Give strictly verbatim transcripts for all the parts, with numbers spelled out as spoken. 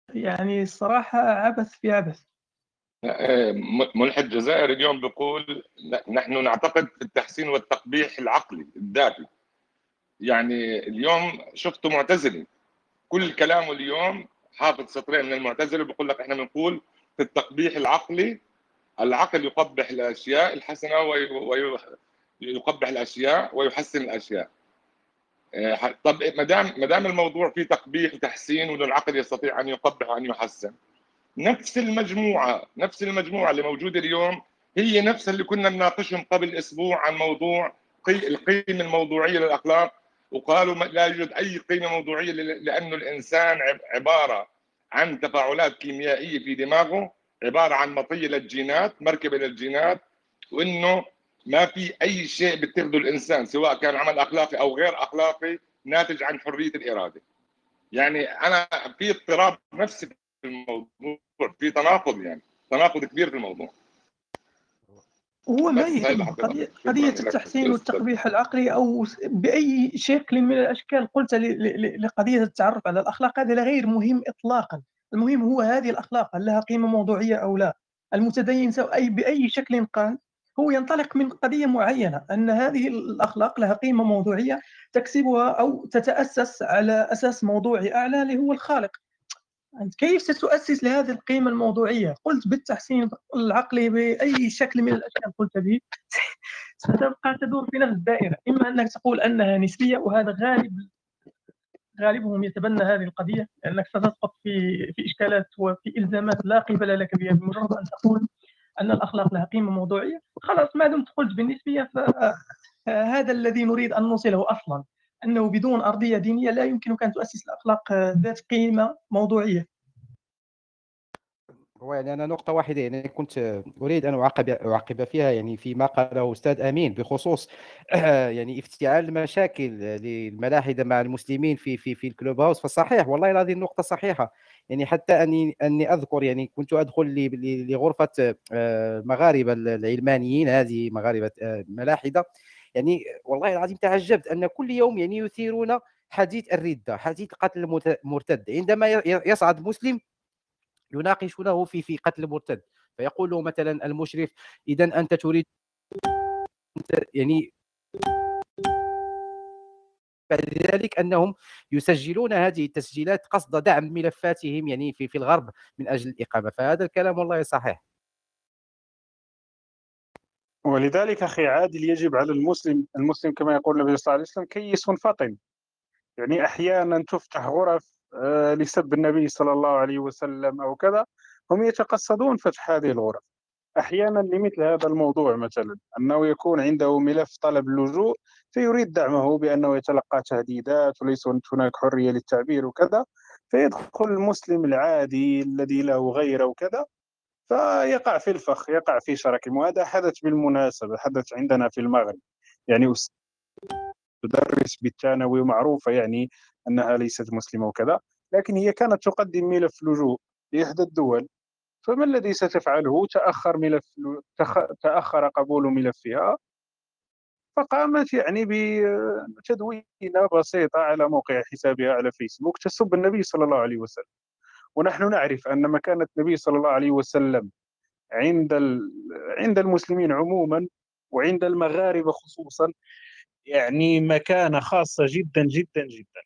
يعني الصراحة عبث في عبث. آه، م- ملحد جزائري اليوم بيقول ن- نحن نعتقد في التحسين والتقبيح العقلي الذاتي. يعني اليوم شفته معتزلي، كل كلامه اليوم حافظ سطرين من المعتزله بيقول لك احنا بنقول في التقبيح العقلي، العقل يقبح الاشياء الحسنه ويقبح الاشياء ويحسن الاشياء. آه، طب ما دام ما دام الموضوع فيه تقبيح وتحسين وانه العقل يستطيع ان يقبح وان يحسن، نفس المجموعه نفس المجموعه اللي موجوده اليوم هي نفسها اللي كنا نناقشهم قبل اسبوع عن موضوع قي- القيمه الموضوعيه للاخلاق، وقالوا ما- لا يوجد اي قيمه موضوعيه ل- لانه الانسان عب- عباره عن تفاعلات كيميائيه في دماغه، عباره عن مطيه للجينات، مركبه للجينات، وانه ما في اي شيء بيتخذه الانسان سواء كان عمل اخلاقي او غير اخلاقي ناتج عن حريه الاراده. يعني انا في اضطراب نفسي في الموضوع، في تناقض، يعني تناقض كبير في الموضوع. هو ما بس هاي اللي يهم حبيت قضية اضيفه. شكرا قضية لك التحسين استاذ. والتقبيح العقلي أو س بأي شكل من الأشكال قلت ل ل ل لقضية التعرف على الأخلاق، هذا غير مهم إطلاقًا. المهم هو هذه الأخلاق هل لها قيمة موضوعية أو لا؟ المتدين سواء أي بأي شكل كان هو ينطلق من قضية معينة، أن هذه الأخلاق لها قيمة موضوعية تكسبها أو تتأسس على أساس موضوعي أعلى اللي هو الخالق. أنت كيف ستؤسس لهذه القيمة الموضوعية؟ قلت بالتحسين العقلي بأي شكل من الأشكال قلت به، ستبقى تدور في نفس الدائرة. إما أنك تقول أنها نسبية، وهذا غالب غالبهم يتبنى هذه القضية، لأنك ستسقط في في إشكالات وفي إلزامات لا قبل لك بها بمجرد أن تقول أن الأخلاق لها قيمة موضوعية. خلاص ما دمت قلت بالنسبية فهذا الذي نريد أن نوصله أصلا، أنه بدون أرضية دينية لا يمكنك أن تؤسس الأخلاق ذات قيمة موضوعية. هو يعني أنا نقطة واحدة يعني كنت أريد أن أعقب أعقب فيها، يعني فيما قاله أستاذ أمين بخصوص يعني افتعال المشاكل للملاحدة مع المسلمين في في في الكلوب هاوس. فصحيح والله هذه النقطة صحيحة. يعني حتى أني أني أذكر يعني كنت أدخل ل- ل- لغرفة آه، المغاربة العلمانيين، هذه مغاربة آه، ملاحدة. يعني والله العظيم تعجبت أن كل يوم يعني يثيرون حديث الردة، حديث قتل المت- المرتد. عندما ي- يصعد مسلم يناقشونه في في قتل المرتد، فيقول له مثلا المشرف: اذا انت تريد يعني بعد ذلك انهم يسجلون هذه التسجيلات قصد دعم ملفاتهم يعني في في الغرب من اجل الاقامه. فهذا الكلام والله صحيح. ولذلك أخي عادل يجب على المسلم المسلم كما يقول النبي صلى الله عليه وسلم كيس فطن. يعني أحيانا تفتح غرف آه، لسب النبي صلى الله عليه وسلم أو كذا، هم يتقصدون فتح هذه الغرف. أحيانا لمثل هذا الموضوع مثلا أنه يكون عنده ملف طلب اللجوء فيريد دعمه بأنه يتلقى تهديدات وليس هناك حرية للتعبير وكذا، فيدخل المسلم العادي الذي له غيره وكذا فيقع في الفخ، يقع في شرك. وهذا حدث بالمناسبة، حدث عندنا في المغرب. يعني تدرس بالثانوي ومعروفة يعني أنها ليست مسلمة وكذا، لكن هي كانت تقدم ملف لجوء لإحدى الدول، فما الذي ستفعله؟ تأخر ملف تخ... تأخر قبول ملفها، فقامت يعني بتدوينة بسيطة على موقع حسابها على فيسبوك تسب النبي صلى الله عليه وسلم. ونحن نعرف أن مكانة النبي صلى الله عليه وسلم عند ال... عند المسلمين عموما وعند المغاربة خصوصا يعني مكانة خاصة جدا جدا جدا.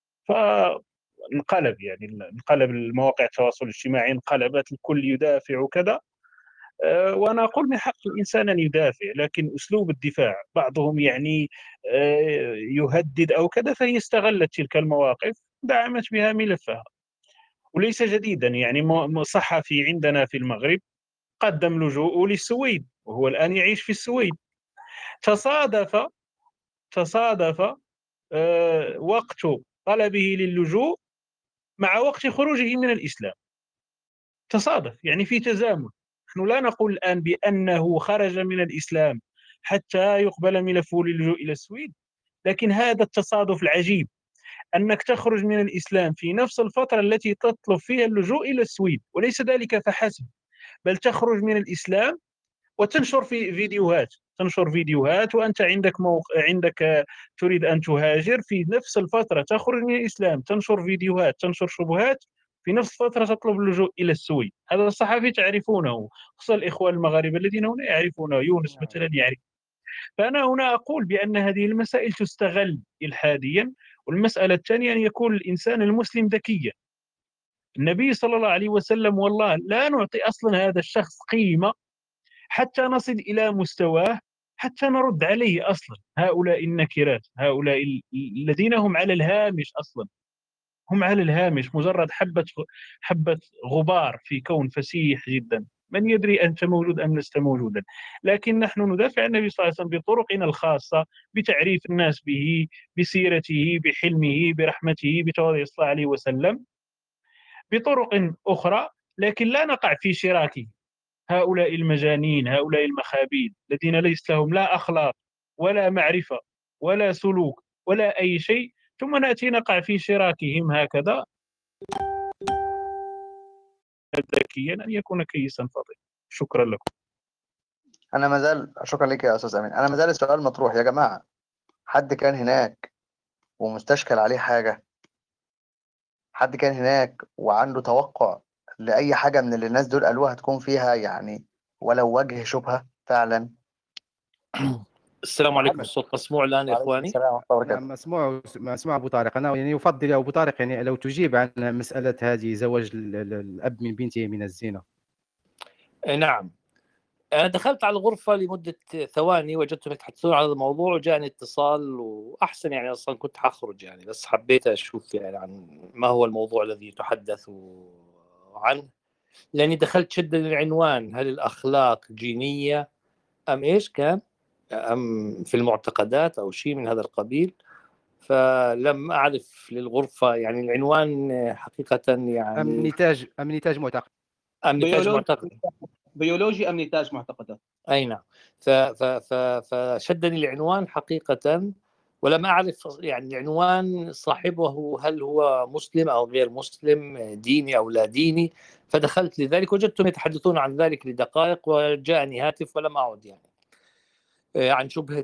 فانقلب يعني انقلب المواقع التواصل الاجتماعي، انقلبت الكل يدافع وكذا. أه، وأنا أقول من حق الإنسان أن يدافع، لكن أسلوب الدفاع بعضهم يعني أه، يهدد أو كذا، فهي استغلت تلك المواقف دعمت بها ملفها. وليس جديدا، يعني م- صحفي عندنا في المغرب قدم لجوء للسويد وهو الآن يعيش في السويد. تصادف تصادف أه، وقت طلبه للجوء مع وقت خروجه من الإسلام. تصادف يعني في تزامن. نحن لا نقول الآن بأنه خرج من الإسلام حتى يقبل ملفه للجوء إلى السويد، لكن هذا التصادف العجيب أنك تخرج من الإسلام في نفس الفترة التي تطلب فيها اللجوء إلى السويد، وليس ذلك فحسب، بل تخرج من الإسلام وتنشر في فيديوهات تنشر فيديوهات وأنت عندك موقع عندك تريد أن تهاجر. في نفس الفترة تخرج من الإسلام، تنشر فيديوهات، تنشر شبهات في نفس الفترة تطلب اللجوء إلى السويد. هذا الصحفي تعرفونه، خصوصا الإخوة المغاربة الذين هنا يعرفونه، يونس مثلا يعرف. فأنا هنا أقول بأن هذه المسائل تستغل إلحاديا. والمسألة الثانية أن يكون الإنسان المسلم ذكيا. النبي صلى الله عليه وسلم والله لا نعطي أصلا هذا الشخص قيمة حتى نصل إلى مستواه، حتى نرد عليه أصلا. هؤلاء النكرات، هؤلاء الذين هم على الهامش أصلا، هم على الهامش، مجرد حبة حبة غبار في كون فسيح جدا. من يدري أنت موجود أم لست موجودا؟ لكن نحن ندافع عن النبي صلى الله عليه وسلم بطرقنا الخاصة، بتعريف الناس به، بسيرته، بحلمه، برحمته، بتواضعه صلى الله عليه وسلم، بطرق أخرى، لكن لا نقع في شراكه. هؤلاء المجانين، هؤلاء المخابيل الذين ليس لهم لا أخلاق ولا معرفة ولا سلوك ولا أي شيء، ثم نأتي نقع في شراكهم هكذا. ذكيا أن يكون كيسا فضيلا. شكرا لكم. انا ما زال شكرا لك يا استاذ امين. انا ما زال السؤال مطروح يا جماعه، حد كان هناك ومستشكل عليه حاجه؟ حد كان هناك وعنده توقع لاي حاجه من اللي الناس دول قالوها تكون فيها يعني ولو وجه شبهه فعلا؟ السلام عليكم. محمد. الصوت مسموع الآن يا وعليكم إخواني؟ السلام ورحمه الله وبركاته. نعم، مسموع مسموع أبو طارق. أنا يعني يفضل يا أبو طارق يعني لو تجيب عن مسألة هذه زواج ال- ال- الأب من بنته من الزنا. آه، نعم. أنا دخلت على الغرفة لمدة ثواني، وجدتهم يتحدثون عن هذا الموضوع وجاءني اتصال، وأحسن يعني أصلا كنت حخرج يعني، بس حبيت أشوف يعني عن ما هو الموضوع الذي تحدث عنه، لأني دخلت شد العنوان: هل الأخلاق جينية أم إيش كان؟ أم في المعتقدات أو شيء من هذا القبيل. فلم أعرف للغرفة يعني العنوان حقيقة يعني أم نتاج أم نتاج معتقد. أم نتاج بيولوجي معتقد. بيولوجي أم نتاج معتقدات. أي نعم. ف ف ف فشدني العنوان حقيقة، ولم أعرف يعني العنوان صاحبه هل هو مسلم أو غير مسلم، ديني أو لا ديني. فدخلت لذلك، وجدتهم يتحدثون عن ذلك لدقائق، وجاءني هاتف ولم أعد يعني عن شبهة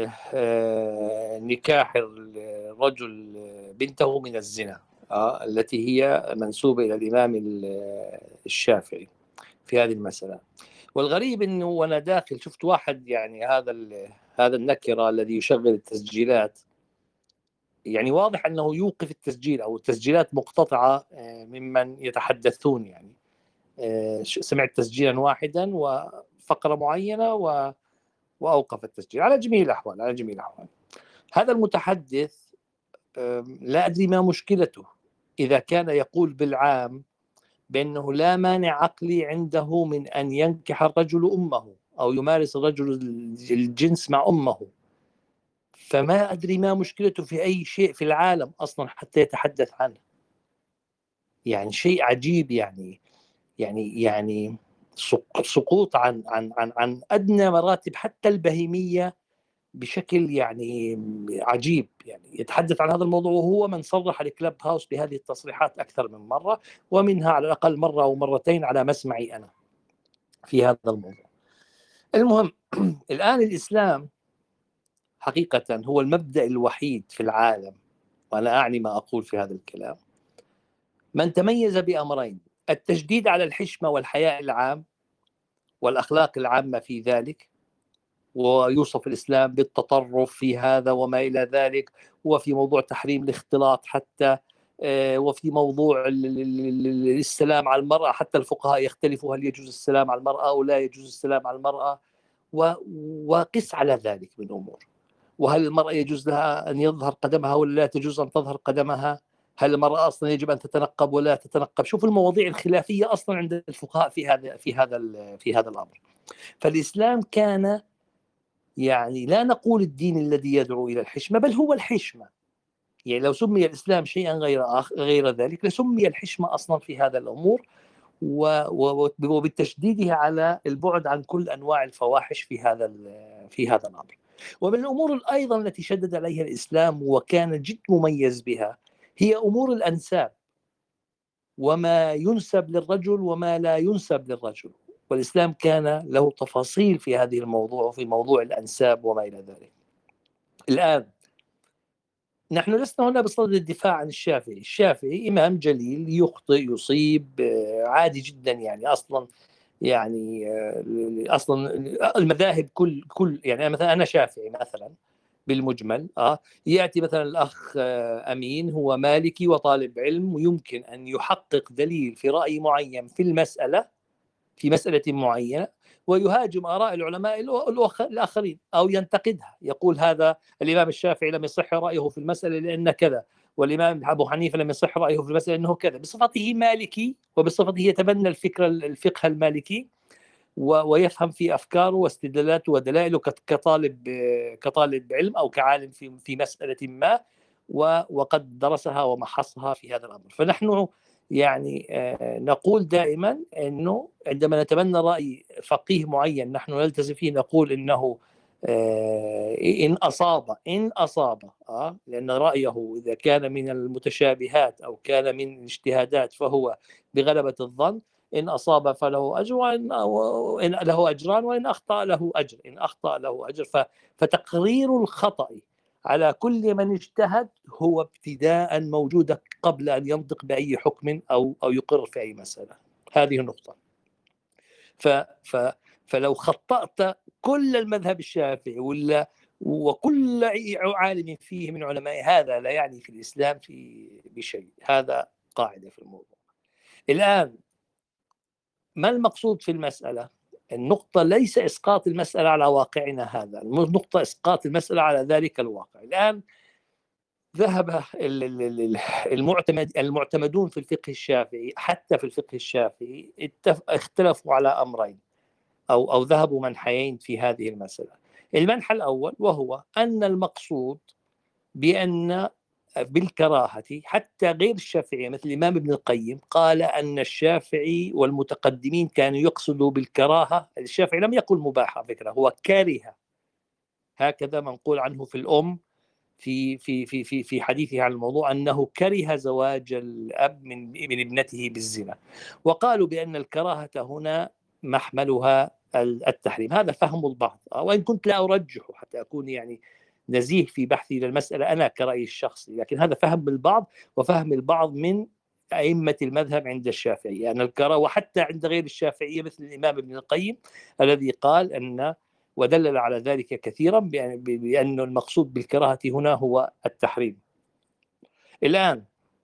نكاح الرجل بنته من الزنا التي هي منسوبة إلى الإمام الشافعي في هذه المسألة. والغريب إنه وأنا داخل شفت واحد يعني هذا هذا النكرة الذي يشغل التسجيلات، يعني واضح أنه يوقف التسجيل أو التسجيلات مقتطعة ممن يتحدثون. يعني سمعت تسجيلا واحدا وفقرة معينة و وأوقف التسجيل على جميع الأحوال. على جميع الأحوال هذا المتحدث لا أدري ما مشكلته إذا كان يقول بالعام بأنه لا مانع عقلي عنده من أن ينكح الرجل أمه أو يمارس الرجل الجنس مع أمه، فما أدري ما مشكلته في أي شيء في العالم أصلا حتى يتحدث عنه. يعني شيء عجيب يعني يعني يعني سقوط عن عن عن عن أدنى مراتب حتى البهيمية بشكل يعني عجيب. يعني يتحدث عن هذا الموضوع وهو من صرح لكلاب هاوس بهذه التصريحات أكثر من مرة، ومنها على الأقل مرة أو مرتين على مسمعي أنا في هذا الموضوع. المهم الآن الإسلام حقيقة هو المبدأ الوحيد في العالم، وأنا أعني ما أقول في هذا الكلام، من تميز بأمرين: التشديد على الحشمة والحياء العام والأخلاق العامة في ذلك، ويوصف الإسلام بالتطرف في هذا وما إلى ذلك، وفي موضوع تحريم الاختلاط حتى، وفي موضوع السلام على المرأة حتى الفقهاء يختلفوا هل يجوز السلام على المرأة أو لا يجوز السلام على المرأة، وقس على ذلك من أمور. وهل المرأة يجوز لها أن يظهر قدمها ولا لا تجوز أن تظهر قدمها؟ هل المرأة أصلا يجب أن تتنقب ولا تتنقب؟ شوف المواضيع الخلافية أصلا عند الفقهاء في هذا في هذا في هذا الأمر. فالإسلام كان يعني لا نقول الدين الذي يدعو إلى الحشمة، بل هو الحشمة. يعني لو سمي الإسلام شيئا غير غير ذلك لسمي الحشمة أصلا في هذا الأمور، وبالتشديد على البعد عن كل أنواع الفواحش في هذا في هذا الأمر. ومن الأمور أيضا التي شدد عليها الإسلام وكان جد مميز بها هي أمور الأنساب، وما ينسب للرجل وما لا ينسب للرجل. والإسلام كان له تفاصيل في هذه الموضوع وفي موضوع الأنساب وما إلى ذلك. الآن نحن لسنا هنا بصدد الدفاع عن الشافعي. الشافعي إمام جليل، يخطئ، يصيب، عادي جدا يعني. أصلا يعني أصلا المذاهب كل كل يعني مثلا أنا شافعي مثلا بالمجمل، اه ياتي مثلا الاخ امين هو مالكي وطالب علم، ويمكن ان يحقق دليل في راي معين في المساله، في مساله معينه، ويهاجم اراء العلماء الاخرين او ينتقدها، يقول هذا الامام الشافعي لم يصح رايه في المساله لان كذا، والامام ابو حنيفه لم يصح رايه في المساله انه كذا، بصفته مالكي وبصفته يتبنى الفكر الفقه المالكي ويفهم في افكاره واستدلالاته ودلائله كطالب كطالب علم او كعالم في في مساله ما، وقد درسها ومحصها في هذا الامر. فنحن يعني نقول دائما انه عندما نتبنى راي فقيه معين نحن نلتزم فيه، نقول انه ان اصاب ان اصاب اه لان رايه اذا كان من المتشابهات او كان من الاجتهادات فهو بغلبه الظن، إن أصاب فله أجر وإن له أجران، وإن أخطأ له أجر إن أخطأ له أجر. فتقرير الخطأ على كل من اجتهد هو ابتداء موجودة قبل أن ينطق بأي حكم أو أو يقر في أي مسألة. هذه النقطة. ف ف فلو خطأت كل المذهب الشافعي ولا وكل عالم فيه من علماء، هذا لا يعني في الإسلام في بشيء. هذا قاعدة في الموضوع. الآن ما المقصود في المسألة؟ النقطة ليس إسقاط المسألة على واقعنا هذا، النقطة إسقاط المسألة على ذلك الواقع. الآن ذهب المعتمد المعتمدون في الفقه الشافعي، حتى في الفقه الشافعي اختلفوا على أمرين أو أو ذهبوا منحيين في هذه المسألة. المنحى الأول وهو أن المقصود بأن بالكراهة، حتى غير الشافعي مثل الإمام ابن القيم قال أن الشافعي والمتقدمين كانوا يقصدوا بالكراهة. الشافعي لم يقل مباحة، فكرة هو كاره، هكذا منقول عنه في الأم في في في في في حديثه عن الموضوع أنه كره زواج الأب من ابن ابنته بالزنا، وقالوا بأن الكراهة هنا محملها التحريم. هذا فهم البعض، وإن كنت لا أرجحه حتى أكون يعني نزيه في بحثي للمسألة أنا كرأيي الشخصي، لكن هذا فهم البعض وفهم البعض من أئمة المذهب عند الشافعي أن يعني الكراهة، وحتى عند غير الشافعية مثل الإمام ابن القيم الذي قال أن ودلل على ذلك كثيرا بأن المقصود بالكراهة هنا هو التحريم. الآن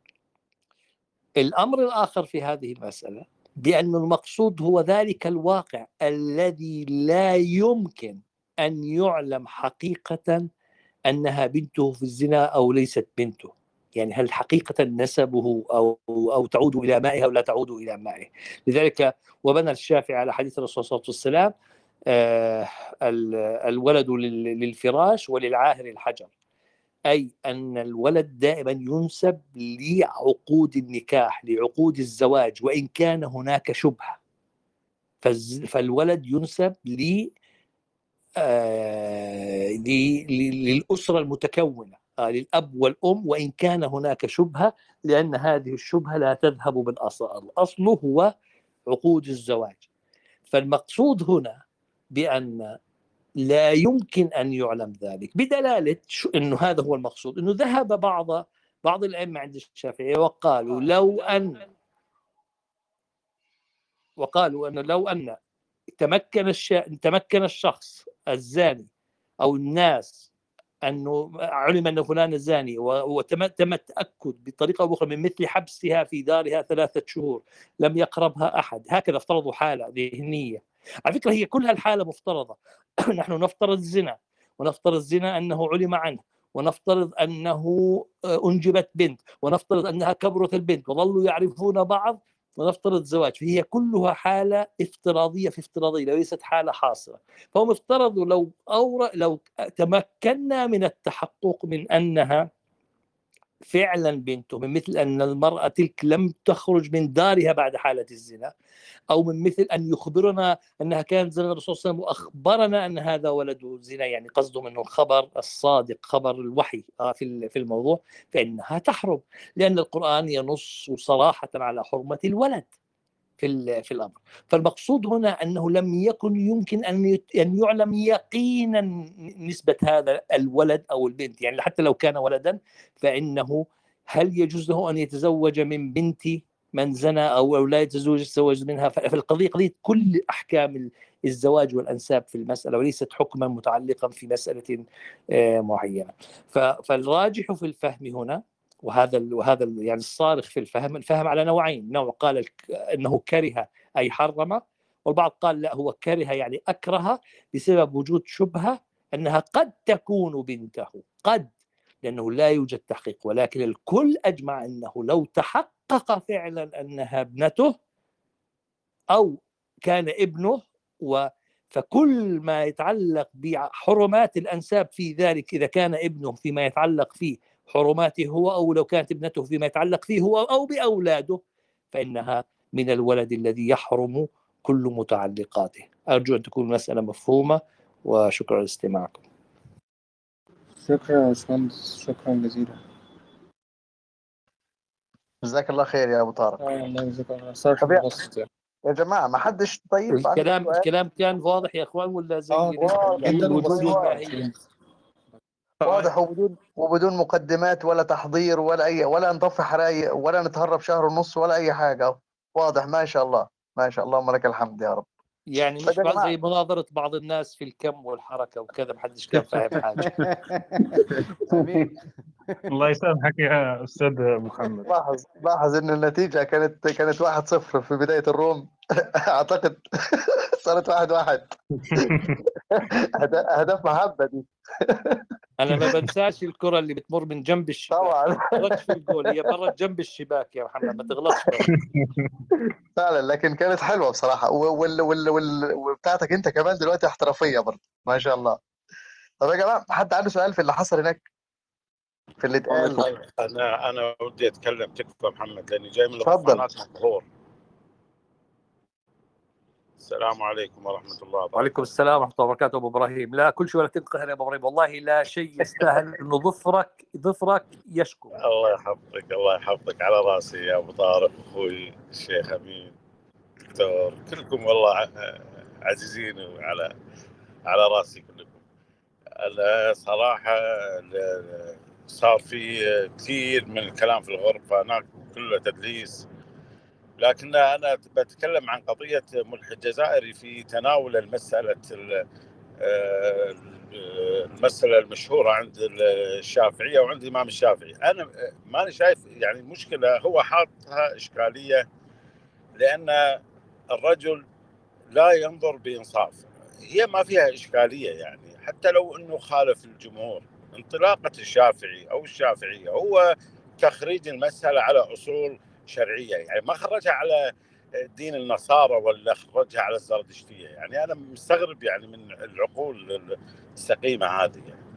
الأمر الآخر في هذه المسألة بأن المقصود هو ذلك الواقع الذي لا يمكن أن يعلم حقيقة أنها بنته في الزنا أو ليست بنته، يعني هل حقيقة نسبه أو أو تعود إلى مائه أو لا تعود إلى مائه. لذلك وبنى الشافعي على حديث الرسول صلى الله عليه وسلم آه الولد للفراش وللعاهر الحجر، أي أن الولد دائما ينسب لعقود النكاح، لعقود الزواج، وإن كان هناك شبهة فالولد ينسب ل آه للأسرة المتكونة، آه للأب والأم، وإن كان هناك شبهة، لأن هذه الشبهة لا تذهب بالأصل، الأصل هو عقود الزواج. فالمقصود هنا بأن لا يمكن أن يعلم ذلك، بدلالة أنه هذا هو المقصود. أنه ذهب بعض بعض الأئمة عند الشافعية وقالوا لو أن وقالوا أنه لو أن تمكن الشا... تمكن الشخص الزاني أو الناس أنه علم أن فلان زاني وتم تم التأكد بطريقة أو أخرى من مثل حبسها في دارها ثلاثة شهور لم يقربها أحد، هكذا افترضوا حالة ذهنية. على فكرة هي كل هالحالة مفترضة. نحن نفترض الزنا، ونفترض الزنا أنه علم عنه، ونفترض أنه أنجبت بنت، ونفترض أنها كبرت البنت وظلوا يعرفون بعض، ونفترض زواج. فهي كلها حالة افتراضية في افتراضية، ليست حالة حاصلة. فهم افترضوا لو أور... لو تمكنا من التحقق من أنها فعلا بنته، من مثل أن المرأة تلك لم تخرج من دارها بعد حالة الزنا، أو من مثل أن يخبرنا أنها كانت زنا الرسول صلى الله عليه وسلم وأخبرنا أن هذا ولد زنا، يعني قصده منه الخبر الصادق، خبر الوحي في في الموضوع، فإنها تحرم، لأن القرآن ينص صراحة على حرمة الولد. في في الأمر. فالمقصود هنا أنه لم يكن يمكن أن أن يعلم يقينا نسبة هذا الولد أو البنت، يعني حتى لو كان ولدا فإنه هل يجوز له أن يتزوج من بنت من زنى أو لا يتزوج يتزوج منها. فالقضية قضية كل أحكام الزواج والأنساب في المسألة، وليست حكما متعلقا في مسألة معينة. فالراجح في الفهم هنا، وهذا وهذا يعني الصارخ في الفهم، الفهم على نوعين: نوع قال انه كره اي حرم، والبعض قال لا، هو كره يعني اكره بسبب وجود شبهه انها قد تكون بنته، قد، لانه لا يوجد تحقيق، ولكن الكل اجمع انه لو تحقق فعلا انها ابنته او كان ابنه، و فكل ما يتعلق بحرمات الانساب في ذلك، اذا كان ابنه فيما يتعلق فيه حرماته هو، أو لو كانت ابنته فيما يتعلق فيه هو أو بأولاده، فإنها من الولد الذي يحرم كل متعلقاته. أرجو أن تكون المسألة مفهومة، وشكرا لاستماعكم. شكرا يا باشمهندس، شكرا جزيلا. جزاك الله خير يا أبو طارق. آه الله يجزاك الله خير. صراحة مبسط يعني. يا جماعة ما حدش طيب الكلام الكلام كان واضح يا إخوان ولا زي آه يعني جدا الوجود واضح. والماهية؟ واضح، وبدون وبدون مقدمات ولا تحضير ولا أي، ولا نطفي حرايق ولا نتهرب شهر ونص ولا أي حاجة. واضح ما شاء الله، ما شاء الله، لك الحمد يا رب. يعني مش زي مناظرة بعض الناس في الكم والحركة وكذا، ما حدش كان فاهم حاجة. الله يسامحك يا أستاذ محمد. لاحظ لاحظ إن النتيجة كانت كانت واحد صفر في بداية الروم. أعتقد صارت واحد واحد. هدف محبة دي. أنا ما بنساش الكرة اللي بتمر من جنب الشباك. طبعا مرت في الجول، هي مرت جنب الشباك يا محمد، ما تغلطش. فعلا، لكن كانت حلوة بصراحة، وال وال وال وبتاعتك أنت كمان دلوقتي احترافية برضه ما شاء الله. طب يا جماعة، حد عنده سؤال في اللي حصل هناك، في اللي اتقال؟ انا انا ودي اتكلم. تكفى محمد لاني جاي من اتفضل. الرفانات مقهور. السلام عليكم ورحمه الله وبركاته. وعليكم السلام ورحمه الله وبركاته. ابو ابراهيم، لا كل شيء ولا تنقهر يا ابو ابراهيم، والله لا شيء يستاهل انه ظفرك ظفرك يشكو. الله يحفظك، الله يحفظك، على راسي يا ابو طارق، اخوي الشيخ امين، دكتور، كلكم والله عزيزين وعلى على راسي كلكم. الصراحه صار في كثير من الكلام في الغرفه هناك كله تدليس، لكن أنا بتكلم عن قضية ملحد جزائري في تناول المسألة المسألة المشهورة عند الشافعية وعند الإمام الشافعي. أنا ماني شايف يعني المشكلة، هو حاطها إشكالية لأن الرجل لا ينظر بإنصاف. هي ما فيها إشكالية يعني، حتى لو أنه خالف الجمهور. انطلاقة الشافعي أو الشافعية هو تخريج المسألة على أصول شرعية، يعني ما خرجها على دين النصارى ولا خرجها على الزردشتية. يعني أنا مستغرب يعني من العقول السقيمة هذه يعني.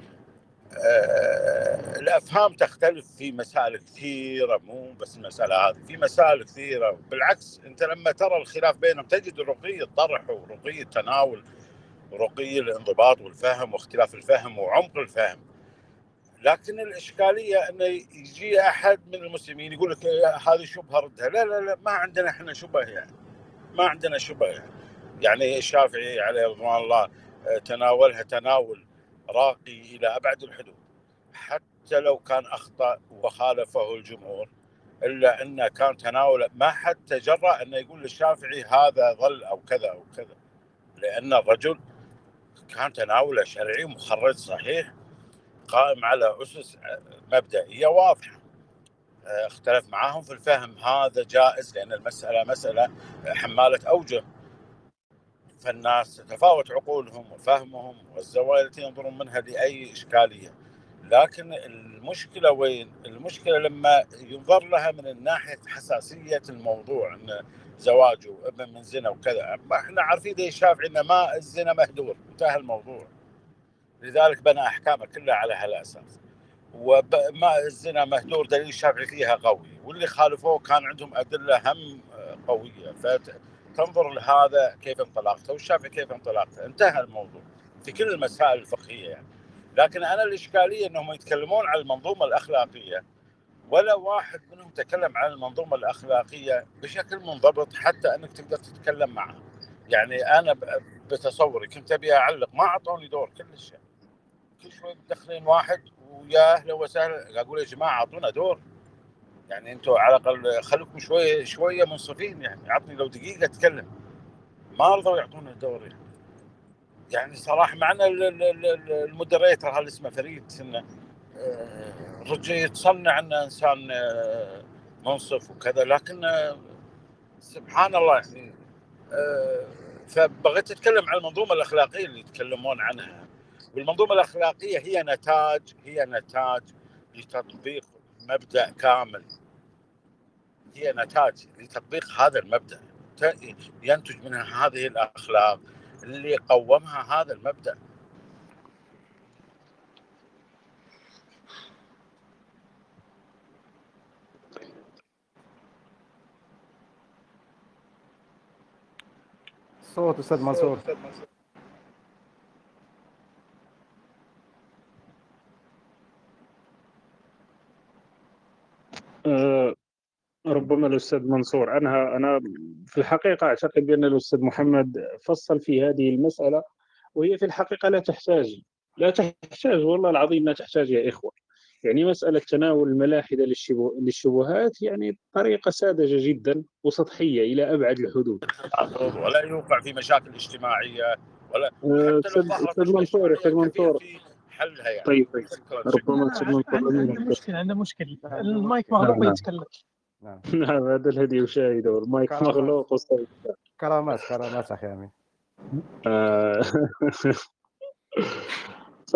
آه الأفهام تختلف في مسائل كثيرة، مو بس المسألة هذه، في مسائل كثيرة. بالعكس أنت لما ترى الخلاف بينهم تجد رقي الطرح ورقي التناول ورقي الانضباط والفهم واختلاف الفهم وعمق الفهم. لكن الإشكالية أنه يجي أحد من المسلمين يقول لك هذه شبهة ردها. لا لا لا، ما عندنا إحنا شبهة يعني، ما عندنا شبهة يعني. يعني الشافعي عليه رضوان الله تناولها تناول راقي إلى أبعد الحدود، حتى لو كان أخطأ وخالفه الجمهور، إلا أنه كان تناول ما حد تجرأ أنه يقول للشافعي هذا ضل أو كذا أو كذا، لأن الرجل كان تناوله شرعي مخرج صحيح قائم على أسس مبدئية واضحة. اختلف معاهم في الفهم، هذا جائز لأن المسألة مسألة حمالة أوجه، فالناس تتفاوت عقولهم وفهمهم والزوايا التي ينظرون منها لأي إشكالية. لكن المشكلة وين؟ المشكلة لما ينظر لها من الناحية حساسية الموضوع، أن زواجه ابن من زنا وكذا. احنا عارفين ليش الشافعي أن ما الزنا مهدور، انتهى الموضوع، لذلك بنى أحكامه كلها على هالأساس. وما الزنا مهدور دليل الشافعي فيها قوي، واللي خالفوه كان عندهم أدلة هم قوية، فتنظر لهذا كيف انطلاقته والشافعي كيف انطلاقته، انتهى الموضوع في كل المسائل الفقهية يعني. لكن أنا الإشكالية أنهم يتكلمون عن المنظومة الأخلاقية ولا واحد منهم تكلم عن المنظومة الأخلاقية بشكل منضبط حتى أنك تقدر تتكلم معها. يعني أنا بتصوري كنت أبي أعلق، ما أعطوني دور كلش، كل شوي مدخلين واحد ويا أهلا وسهلا. أقول يا جماعة أعطونا دور، يعني أنتم على الأقل خلوكم شوية شوية منصفين، يعني أعطني لو دقيقة أتكلم. ما رضوا يعطونا الدور يعني. يعني صراحة معنا المودريتر هذا اسمه فريد سنة رجع يتصنع انه انسان منصف وكذا، لكن سبحان الله يعني. فبغيت اتكلم عن المنظومه الاخلاقيه اللي يتكلمون عنها، والمنظومه الاخلاقيه هي نتاج هي نتاج لتطبيق مبدا كامل، هي نتاج لتطبيق هذا المبدا، ينتج منها هذه الاخلاق اللي قومها هذا المبدا. صوت أستاذ منصور. أه ربما الأستاذ منصور. أنا أنا في الحقيقة أعتقد بأن الأستاذ محمد فصل في هذه المسألة، وهي في الحقيقة لا تحتاج لا تحتاج والله العظيم لا تحتاج يا إخوة. يعني مسألة تناول الملاحدة للشبهات يعني طريقة ساذجة جدا وسطحية إلى أبعد الحدود، ولا يوقع في مشاكل اجتماعية ولا أستاذ منصور. أستاذ منصور حلها يعني. طيب طيب ربما أستاذ منصور عنده مشكل عنده مشكل المايك مغلوق ويتكلم. نعم هذا الذي أشاهده، المايك مغلوق. كرامات كرامات أخي أمين. ف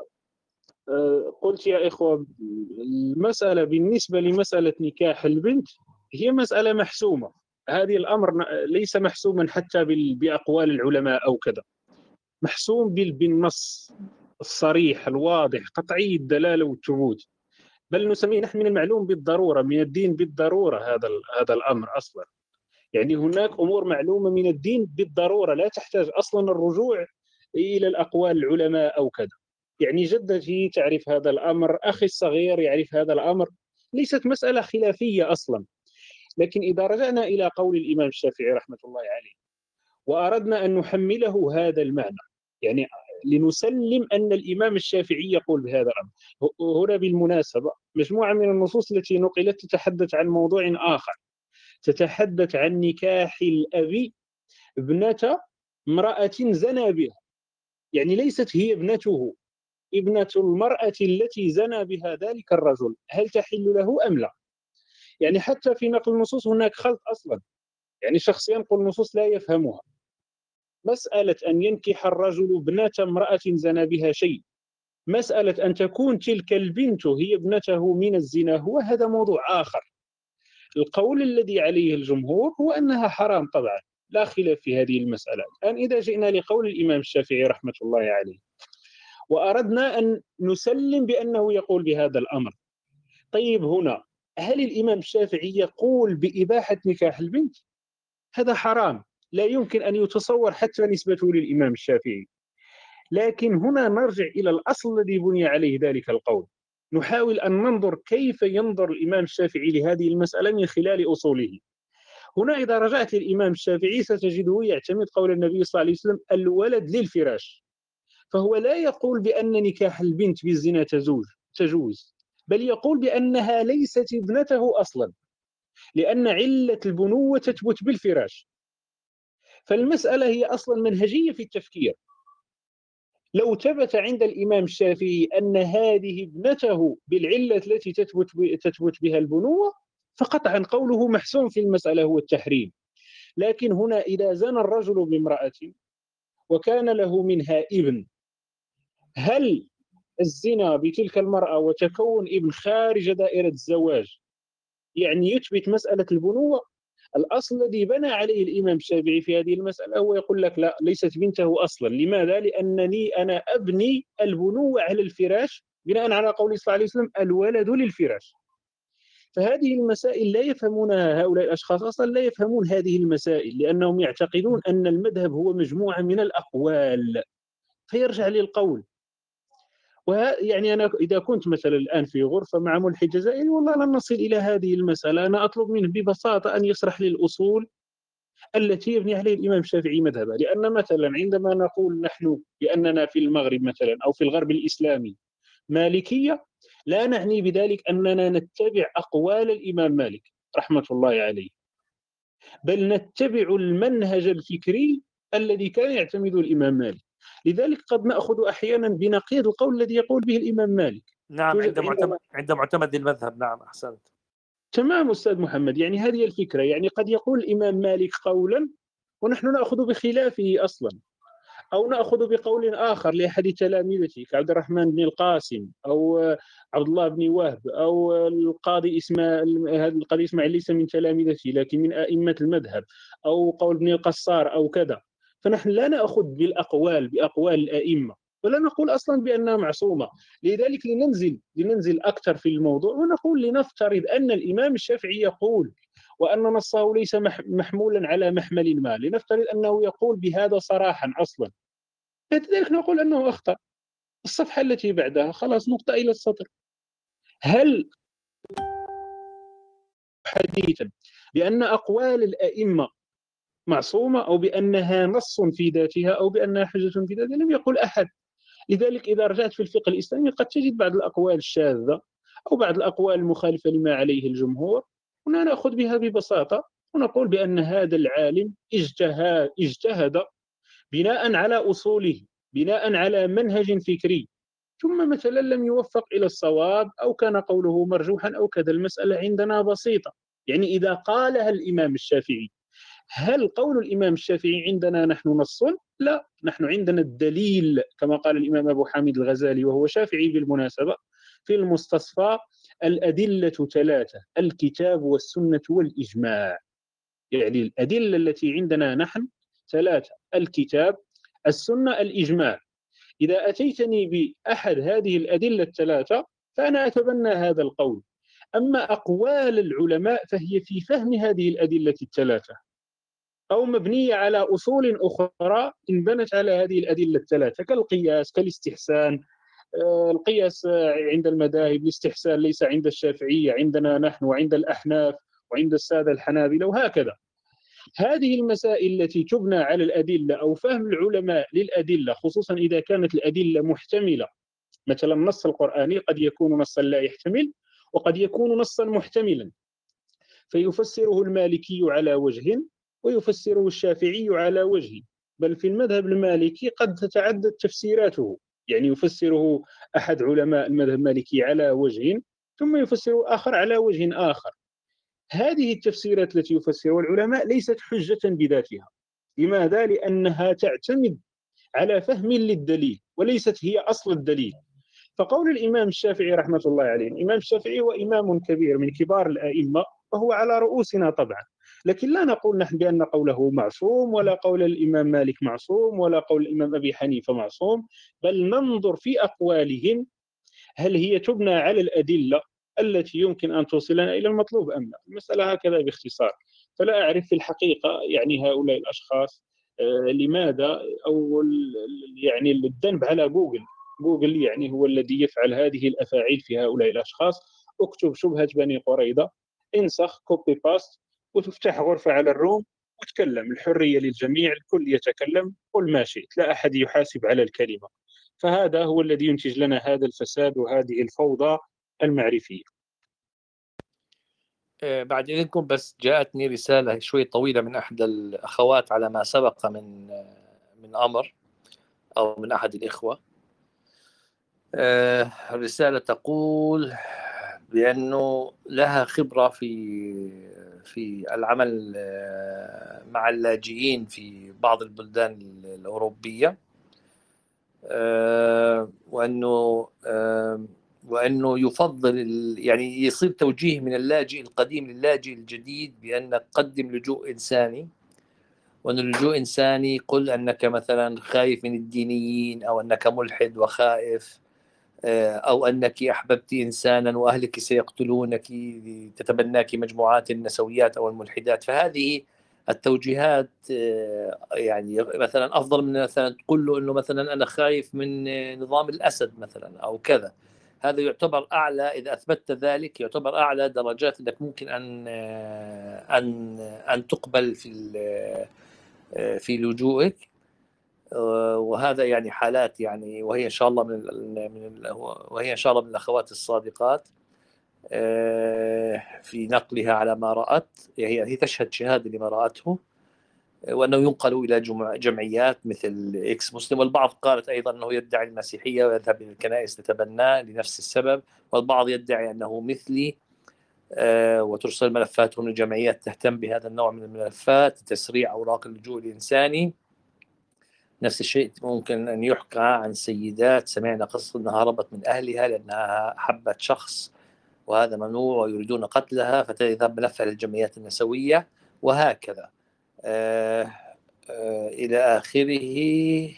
قلت يا إخوة المسألة بالنسبة لمسألة نكاح البنت هي مسألة محسومة. هذه الأمر ليس محسوما حتى بأقوال العلماء أو كذا، محسوم بالنص الصريح الواضح قطعي الدلالة والثبوت، بل نسميه نحن من المعلوم بالضرورة، من الدين بالضرورة هذا هذا الأمر أصلا. يعني هناك أمور معلومة من الدين بالضرورة لا تحتاج أصلا الرجوع إلى الأقوال العلماء أو كذا. يعني جدتي تعرف هذا الأمر، أخي الصغير يعرف هذا الأمر، ليست مسألة خلافية أصلا. لكن إذا رجعنا إلى قول الإمام الشافعي رحمة الله عليه وأردنا أن نحمله هذا المعنى، يعني لنسلم أن الإمام الشافعي يقول بهذا الأمر. هنا بالمناسبة مجموعة من النصوص التي نقلت تتحدث عن موضوع آخر، تتحدث عن نكاح الأب ابنة امرأة زنى بها، يعني ليست هي ابنته، ابنة المرأة التي زنى بها ذلك الرجل، هل تحل له أم لا؟ يعني حتى في نقل النصوص هناك خلط أصلا، يعني شخص ينقل نصوص لا يفهمها. مسألة أن ينكح الرجل ابنة امرأة زنى بها شيء، مسألة أن تكون تلك البنت هي ابنته من الزنا هو هذا موضوع آخر. القول الذي عليه الجمهور هو أنها حرام طبعا، لا خلاف في هذه المسألة. الآن إذا جئنا لقول الإمام الشافعي رحمة الله عليه وأردنا أن نسلم بأنه يقول بهذا الأمر، طيب هنا هل الإمام الشافعي يقول بإباحة نكاح البنت؟ هذا حرام، لا يمكن أن يتصور حتى نسبته للإمام الشافعي. لكن هنا نرجع إلى الأصل الذي بني عليه ذلك القول، نحاول أن ننظر كيف ينظر الإمام الشافعي لهذه المسألة من خلال أصوله. هنا إذا رجعت للإمام الشافعي ستجده يعتمد قول النبي صلى الله عليه وسلم الولد للفراش، فهو لا يقول بأن نكاح البنت بالزنا تجوز تجوز بل يقول بأنها ليست ابنته أصلا، لأن علة البنوة تثبت بالفراش. فالمسألة هي أصلا منهجية في التفكير. لو ثبت عند الإمام الشافعي أن هذه ابنته بالعلة التي تثبت تثبت بها البنوة فقطعا قوله محسوم في المسألة هو التحريم. لكن هنا إذا زنى الرجل بامرأة وكان له منها ابن، هل الزنا بتلك المرأة وتكون ابن خارج دائرة الزواج يعني يثبت مسألة البنوة؟ الأصل الذي بنى عليه الإمام الشافعي في هذه المسألة هو يقول لك لا، ليست بنته أصلا. لماذا؟ لأنني أنا أبني البنوة على الفراش بناء على قول صلى الله عليه وسلم الولد للفراش. فهذه المسائل لا يفهمونها هؤلاء الأشخاص أصلا، لا يفهمون هذه المسائل لأنهم يعتقدون أن المذهب هو مجموعة من الأقوال. فيرجع للقول، ويعني أنا إذا كنت مثلا الآن في غرفة مع ملحد جزائري والله لن نصل إلى هذه المسألة. أنا أطلب منه ببساطة أن يشرح لي الأصول التي يبني عليه الإمام الشافعي مذهبه. لأن مثلا عندما نقول نحن بأننا في المغرب مثلا أو في الغرب الإسلامي مالكية، لا نعني بذلك أننا نتبع أقوال الإمام مالك رحمة الله عليه، بل نتبع المنهج الفكري الذي كان يعتمده الإمام مالك. لذلك قد نأخذ أحيانا بنقيض القول الذي يقول به الإمام مالك. نعم، عند معتمد عند معتمد المذهب. نعم، أحسنت. تمام أستاذ محمد، يعني هذه الفكرة. يعني قد يقول الإمام مالك قولا ونحن نأخذ بخلافه أصلا، أو نأخذ بقول آخر لأحد تلامذته كعبد الرحمن بن القاسم أو عبد الله بن وهب أو القاضي إسماعيل. هذا القاضي إسماعيل ليس من تلامذته لكن من أئمة المذهب، أو قول ابن القصار أو كذا. فنحن لا نأخذ بالأقوال بأقوال الأئمة ولا نقول أصلا بأنها معصومة. لذلك لننزل لننزل أكثر في الموضوع ونقول لنفترض أن الإمام الشافعي يقول وأن نصه ليس محمولا على محمل ما، لنفترض أنه يقول بهذا صراحا أصلا، لذلك نقول أنه أخطأ. الصفحة التي بعدها خلاص نقطة إلى السطر. هل حديثا بأن أقوال الأئمة معصومة أو بأنها نص في ذاتها أو بأنها حجة في ذاتها؟ لم يقل أحد. لذلك إذا رجعت في الفقه الإسلامي قد تجد بعض الأقوال الشاذة أو بعض الأقوال المخالفة لما عليه الجمهور، هنا نأخذ بها ببساطة ونقول بأن هذا العالم اجتهد, اجتهد بناء على أصوله، بناء على منهج فكري، ثم مثلا لم يوفق إلى الصواب أو كان قوله مرجوحا أو كذا. المسألة عندنا بسيطة. يعني إذا قالها الإمام الشافعي، هل قول الإمام الشافعي عندنا نحن نص؟ لا، نحن عندنا الدليل كما قال الإمام أبو حامد الغزالي وهو شافعي بالمناسبة في المستصفى: الأدلة ثلاثة: الكتاب والسنة والإجماع. يعني الأدلة التي عندنا نحن ثلاثة: الكتاب، السنة، الإجماع. إذا أتيتني بأحد هذه الأدلة الثلاثة فأنا أتبنى هذا القول. أما أقوال العلماء فهي في فهم هذه الأدلة الثلاثة أو مبنية على أصول أخرى انبنت على هذه الأدلة الثلاثة، كالقياس، كالاستحسان. القياس عند المذاهب، الاستحسان ليس عند الشافعية، عندنا نحن وعند الأحناف وعند السادة الحنابلة وهكذا. هذه المسائل التي تبنى على الأدلة أو فهم العلماء للأدلة، خصوصا إذا كانت الأدلة محتملة. مثلا النص القرآني قد يكون نصا لا يحتمل وقد يكون نصا محتملا، فيفسره المالكي على وجه ويفسره الشافعي على وجه، بل في المذهب المالكي قد تتعدد تفسيراته. يعني يفسره أحد علماء المذهب المالكي على وجه ثم يفسره آخر على وجه آخر. هذه التفسيرات التي يفسرها العلماء ليست حجة بذاتها. لماذا؟ لأنها تعتمد على فهم للدليل وليست هي أصل الدليل. فقول الإمام الشافعي رحمة الله عليه، الإمام الشافعي هو إمام كبير من كبار الأئمة وهو على رؤوسنا طبعا، لكن لا نقول نحن بأن قوله معصوم ولا قول الإمام مالك معصوم ولا قول الإمام أبي حنيفة معصوم، بل ننظر في أقوالهم هل هي تبنى على الأدلة التي يمكن أن توصلنا إلى المطلوب أم لا. المسألة هكذا باختصار. فلا أعرف في الحقيقة يعني هؤلاء الأشخاص آه لماذا، أو يعني الذنب على جوجل. جوجل يعني هو الذي يفعل هذه الأفاعيل في هؤلاء الأشخاص. اكتب شبهة بني قريظة، انسخ كوبي باست وتفتح غرفة على الروم وتكلم. الحرية للجميع، الكل يتكلم، قل ما شئت، لا أحد يحاسب على الكلمة. فهذا هو الذي ينتج لنا هذا الفساد وهذه الفوضى المعرفية. بعد إذنكم بس جاءتني رسالة شوي طويلة من أحد الأخوات على ما سبق من من أمر أو من أحد الإخوة. الرسالة تقول بأنه لها خبرة في في العمل مع اللاجئين في بعض البلدان الأوروبية، وأنه وأنه يفضل يعني يصير توجيه من اللاجئ القديم للاجئ الجديد بأن قدم لجوء إنساني، وأن اللجوء إنساني قل أنك مثلا خايف من الدينيين أو أنك ملحد وخائف أو أنك أحببت إنسانا وأهلك سيقتلونك تتبناك مجموعات النسويات أو الملحدات. فهذه التوجيهات يعني مثلا أفضل من مثلا تقول له إنه مثلا أنا خايف من نظام الأسد مثلا أو كذا. هذا يعتبر أعلى، إذا أثبتت ذلك يعتبر أعلى درجات أنك ممكن أن أن أن تقبل في في لجوئك. وهذا يعني حالات يعني، وهي إن شاء الله من من وهي إن شاء الله من الأخوات الصادقات في نقلها على ما رأت. هي هي تشهد شهادة لما رأته، وأنه ينقل إلى جمعيات مثل إكس مسلم. والبعض قالت أيضا أنه يدعي المسيحية ويذهب إلى الكنائس تتبناه لنفس السبب، والبعض يدعي أنه مثلي وترسل ملفاتهم لجمعيات تهتم بهذا النوع من الملفات، تسريع أوراق اللجوء الإنساني. نفس الشيء ممكن أن يحكى عن سيدات سمعنا قصة أنها هربت من أهلها لأنها حبت شخص وهذا ممنوع ويريدون قتلها، فتذهب ملفها للجمعيات النسوية وهكذا آه آه إلى آخره.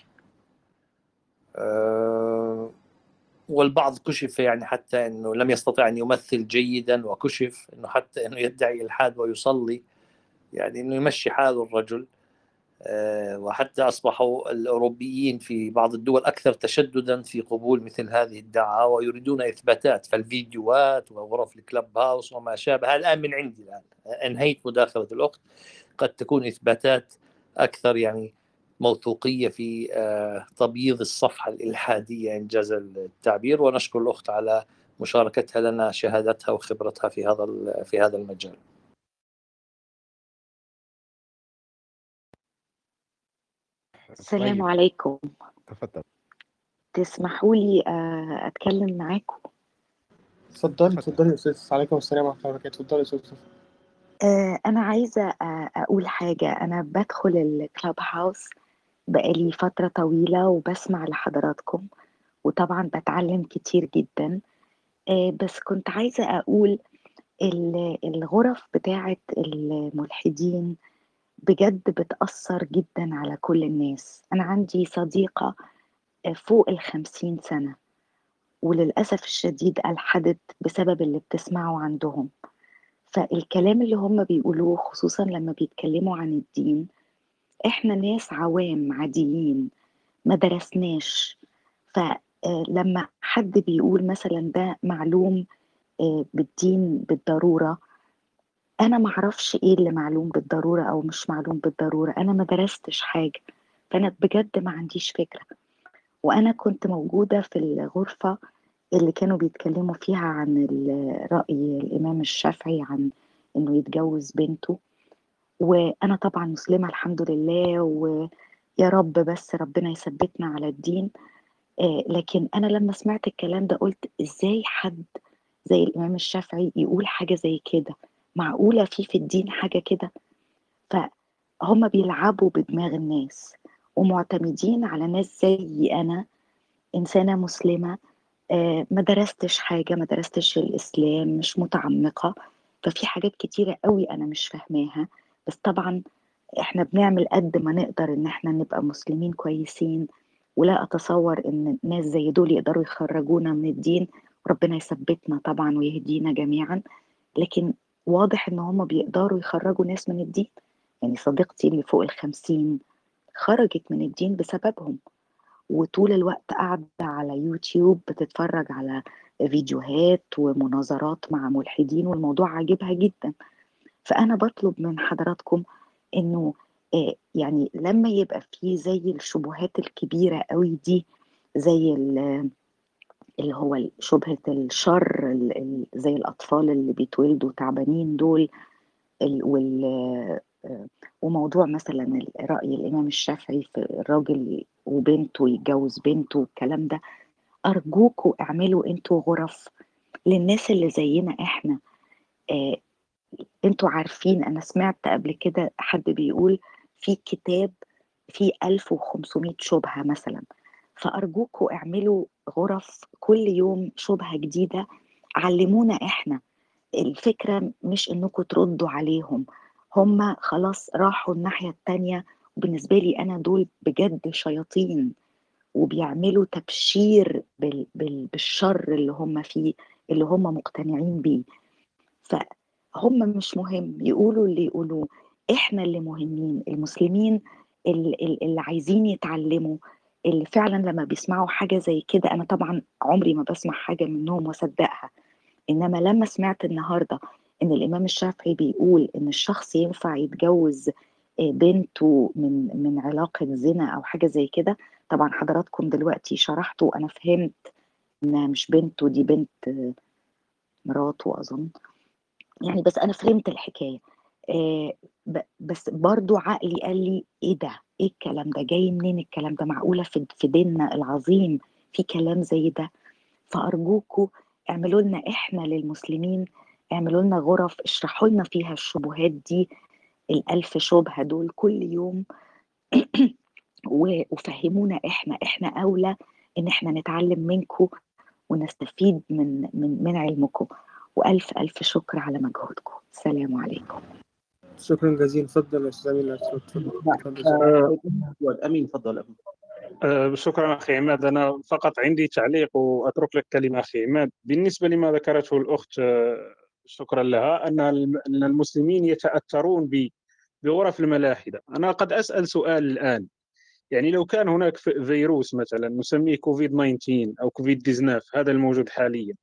آه والبعض كشف يعني حتى أنه لم يستطع أن يمثل جيدا، وكشف أنه حتى أنه يدعي الحاد ويصلي، يعني أنه يمشي حال الرجل. آه وحتى أصبحوا الأوروبيين في بعض الدول أكثر تشددا في قبول مثل هذه الدعوة ويريدون إثباتات، فالفيديوهات وغرف الكلاب هاوس وما شابه. الآن من عندي الآن انهيت مداخلة الأخت، قد تكون إثباتات أكثر يعني موثوقية في آه تبييض الصفحة الإلحادية إنجاز التعبير. ونشكر الأخت على مشاركتها لنا شهادتها وخبرتها في هذا في هذا المجال. السلام طيب عليكم. تفضل. تسمحوا لي آه، أتكلم معاكم؟ اتفضلي تفضل. اتفضلي يا أستاذ. عليكم السلام ورحمة الله وبركاته. اتفضلي يا أستاذ صفا. آه، أنا عايزة آه، أقول حاجة. أنا بدخل الكلاب هاوس بقالي فترة طويلة وبسمع لحضراتكم، وطبعا بتعلم كتير جدا. آه، بس كنت عايزة أقول ال- الغرف بتاعة الملحدين بجد بتأثر جدا على كل الناس. أنا عندي صديقة آه، فوق الخمسين سنة، وللأسف الشديد ألحدت بسبب اللي بتسمعه عندهم. فالكلام اللي هم بيقولوه خصوصا لما بيتكلموا عن الدين، احنا ناس عوام عاديين ما درسناش. فلما حد بيقول مثلا ده معلوم آه، بالدين بالضرورة، أنا معرفش إيه اللي معلوم بالضرورة أو مش معلوم بالضرورة. أنا ما درستش حاجة، فأنا بجد ما عنديش فكرة. وأنا كنت موجودة في الغرفة اللي كانوا بيتكلموا فيها عن ال- رأي الإمام الشافعي عن إنه يتجوز بنته. وأنا طبعا مسلمة الحمد لله، ويا رب بس ربنا يثبتنا على الدين. آه، لكن أنا لما سمعت الكلام ده قلت إزاي حد زي الإمام الشافعي يقول حاجة زي كده؟ معقولة في في الدين حاجة كده؟ فهم بيلعبوا بدماغ الناس ومعتمدين على ناس زي أنا، إنسانة مسلمة آه، ما درستش حاجة، ما درستش الإسلام، مش متعمقة. ففي حاجات كتيرة قوي أنا مش فاهماها. بس طبعا إحنا بنعمل قد ما نقدر إن إحنا نبقى مسلمين كويسين، ولا أتصور إن ناس زي دول يقدروا يخرجونا من الدين. ربنا يثبتنا طبعا ويهدينا جميعا. لكن واضح إن هم بيقدروا يخرجوا ناس من الدين. يعني صديقتي اللي فوق الخمسين خرجت من الدين بسببهم، وطول الوقت قاعدة على يوتيوب بتتفرج على فيديوهات ومناظرات مع ملحدين، والموضوع عاجبها جدا. فأنا بطلب من حضراتكم إنه آه، يعني لما يبقى في زي الشبهات الكبيرة قوي دي، زي ال- اللي هو شبهة الشر، ال- ال- زي الأطفال اللي بيتولدوا تعبانين دول، ال- وال آه، وموضوع مثلا رأي الإمام الشافعي في الراجل وبنته يتجوز بنته والكلام ده، أرجوكوا اعملوا انتوا غرف للناس اللي زينا احنا. آه انتوا عارفين، أنا سمعت قبل كده حد بيقول في كتاب فيه ألف وخمسمائة شبهة مثلا. فأرجوكوا اعملوا غرف كل يوم شبهة جديدة. علمونا احنا. الفكرة مش انكم تردوا عليهم، هم خلاص راحوا الناحية التانية. وبالنسبة لي أنا دول بجد شياطين، وبيعملوا تبشير بال بال بالشر اللي هم فيه، اللي هم مقتنعين بيه. فهم مش مهم يقولوا اللي يقولوه. احنا اللي مهمين، المسلمين اللي, اللي عايزين يتعلموا، اللي فعلا لما بيسمعوا حاجة زي كده. انا طبعا عمري ما بسمع حاجة منهم واصدقها، انما لما سمعت النهاردة ان الامام الشافعي بيقول ان الشخص ينفع يتجوز بنته من من علاقة زنا او حاجة زي كده، طبعا حضراتكم دلوقتي شرحتوا وانا فهمت انها مش بنته، دي بنت مراته اظن يعني، بس انا فهمت الحكايه. آه بس برضو عقلي قال لي ايه ده، ايه الكلام ده، جاي منين الكلام ده، معقوله في في ديننا العظيم في كلام زي ده؟ فارجوكوا اعملوا لنا احنا للمسلمين، اعملوا لنا غرف اشرحوا لنا فيها الشبهات دي، الالف شبهه دول كل يوم وفهمونا احنا احنا اولى ان احنا نتعلم منكم ونستفيد من من من علمكم. والف الف شكر على مجهودكم. السلام عليكم. شكرا جزيلا. تفضل يا استاذ امين. تفضل. آه، امين تفضل. امين. آه، شكرا اخي عماد. انا فقط عندي تعليق واترك لك كلمه اخي عماد. بالنسبه لما ذكرته الاخت آه، شكرا لها، ان ان المسلمين يتاثرون بغرف الملاحده. انا قد اسال سؤال الان، يعني لو كان هناك فيروس مثلا نسميه كوفيد تسعة عشر او كوفيد تسعة عشر، هذا الموجود حاليا،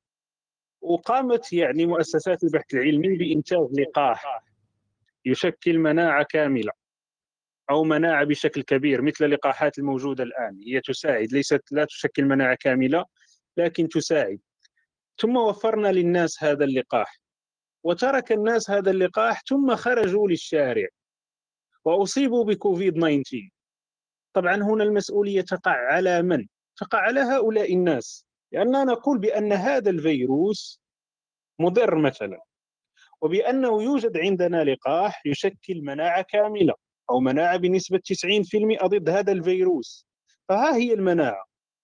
وقامت يعني مؤسسات البحث العلمي بإنتاج لقاح يشكل مناعة كاملة أو مناعة بشكل كبير مثل اللقاحات الموجودة الآن، هي تساعد، ليست لا تشكل مناعة كاملة لكن تساعد، ثم وفرنا للناس هذا اللقاح وترك الناس هذا اللقاح ثم خرجوا للشارع وأصيبوا بكوفيد تسعة عشر. طبعا هنا المسؤولية تقع على من؟ تقع على هؤلاء الناس، لأننا نقول بأن هذا الفيروس مضر مثلا، وبأنه يوجد عندنا لقاح يشكل مناعة كاملة أو مناعة بنسبة تسعين بالمئة ضد هذا الفيروس. فها هي المناعة.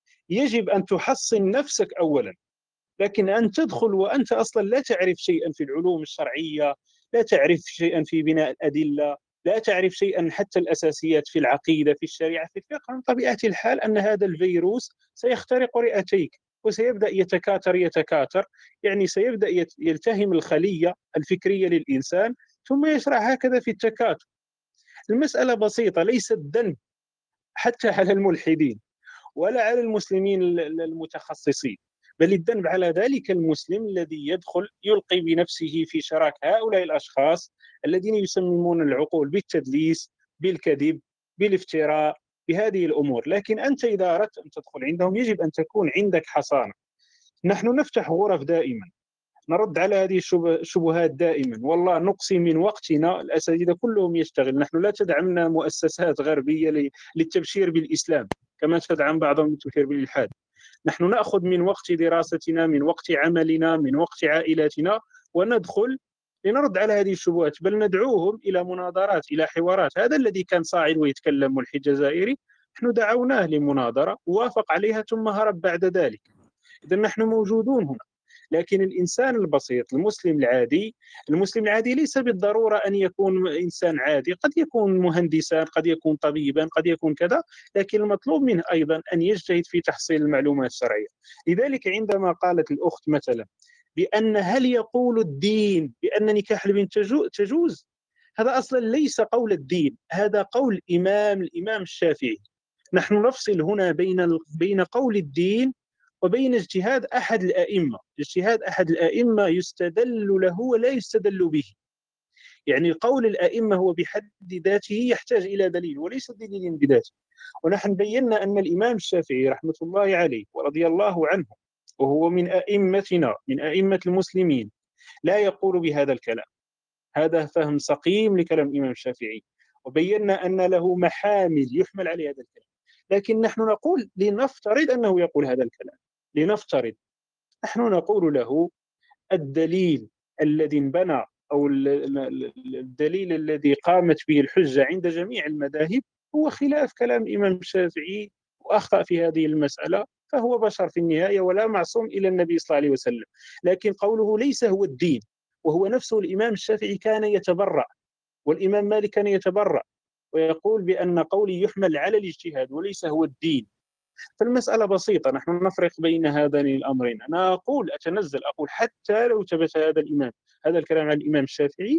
يجب أن تحصن نفسك أولا، لكن أن تدخل وأنت أصلا لا تعرف شيئا في العلوم الشرعية، لا تعرف شيئا في بناء الأدلة، لا تعرف شيئا حتى الأساسيات في العقيدة في الشريعة في الفقه، من طبيعة الحال أن هذا الفيروس سيخترق رئتيك وسيبدأ يتكاثر يتكاثر يعني سيبدأ يلتهم الخلية الفكرية للإنسان ثم يشرع هكذا في التكاثر. المسألة بسيطة، ليس الذنب حتى على الملحدين ولا على المسلمين المتخصصين، بل الذنب على ذلك المسلم الذي يدخل يلقي بنفسه في شراك هؤلاء الأشخاص الذين يسممون العقول بالتدليس بالكذب بالافتراء بهذه الأمور. لكن أنت إذا أردت أن تدخل عندهم يجب أن تكون عندك حصانة. نحن نفتح غرف دائما، نرد على هذه الشبهات دائما، والله نقصي من وقتنا، الأساتذة كلهم يشتغل، نحن لا تدعمنا مؤسسات غربية للتبشير بالإسلام كما تدعم بعضهم للتبشير بالإلحاد. نحن نأخذ من وقت دراستنا، من وقت عملنا، من وقت عائلاتنا، وندخل لنرد على هذه الشبهات، بل ندعوهم إلى مناظرات إلى حوارات. هذا الذي كان صاعد ويتكلم ملحد جزائري، نحن دعوناه لمناظرة ووافق عليها ثم هرب بعد ذلك. إذن نحن موجودون هنا. لكن الإنسان البسيط المسلم العادي، المسلم العادي ليس بالضرورة أن يكون إنسان عادي، قد يكون مهندسا، قد يكون طبيبا، قد يكون كذا، لكن المطلوب منه أيضا أن يجتهد في تحصيل المعلومات الشرعية. لذلك عندما قالت الأخت مثلا بأن هل يقول الدين بأن نكاح البنت تجوز، هذا أصلا ليس قول الدين، هذا قول إمام الإمام الشافعي. نحن نفصل هنا بين بين قول الدين وبين اجتهاد أحد الأئمة. اجتهاد أحد الأئمة يستدل له ولا يستدل به، يعني قول الأئمة هو بحد ذاته يحتاج إلى دليل وليس دليل بذاته. ونحن بينا أن الإمام الشافعي رحمة الله عليه ورضي الله عنه وهو من أئمتنا من أئمة المسلمين لا يقول بهذا الكلام، هذا فهم سقيم لكلام الإمام الشافعي، وبينا أن له محامل يحمل عليه هذا الكلام. لكن نحن نقول لنفترض أنه يقول هذا الكلام، لنفترض، نحن نقول له الدليل الذي انبنى أو الدليل الذي قامت به الحجة عند جميع المذاهب هو خلاف كلام الإمام الشافعي وأخطأ في هذه المسألة، فهو بشر في النهاية ولا معصوم إلى النبي صلى الله عليه وسلم. لكن قوله ليس هو الدين، وهو نفسه الإمام الشافعي كان يتبرأ والإمام مالك كان يتبرأ ويقول بأن قولي يحمل على الاجتهاد وليس هو الدين. فالمسألة بسيطة، نحن نفرق بين هذين الأمرين. أنا أقول أتنزل أقول حتى لو ثبت هذا الإمام هذا الكلام عن الإمام الشافعي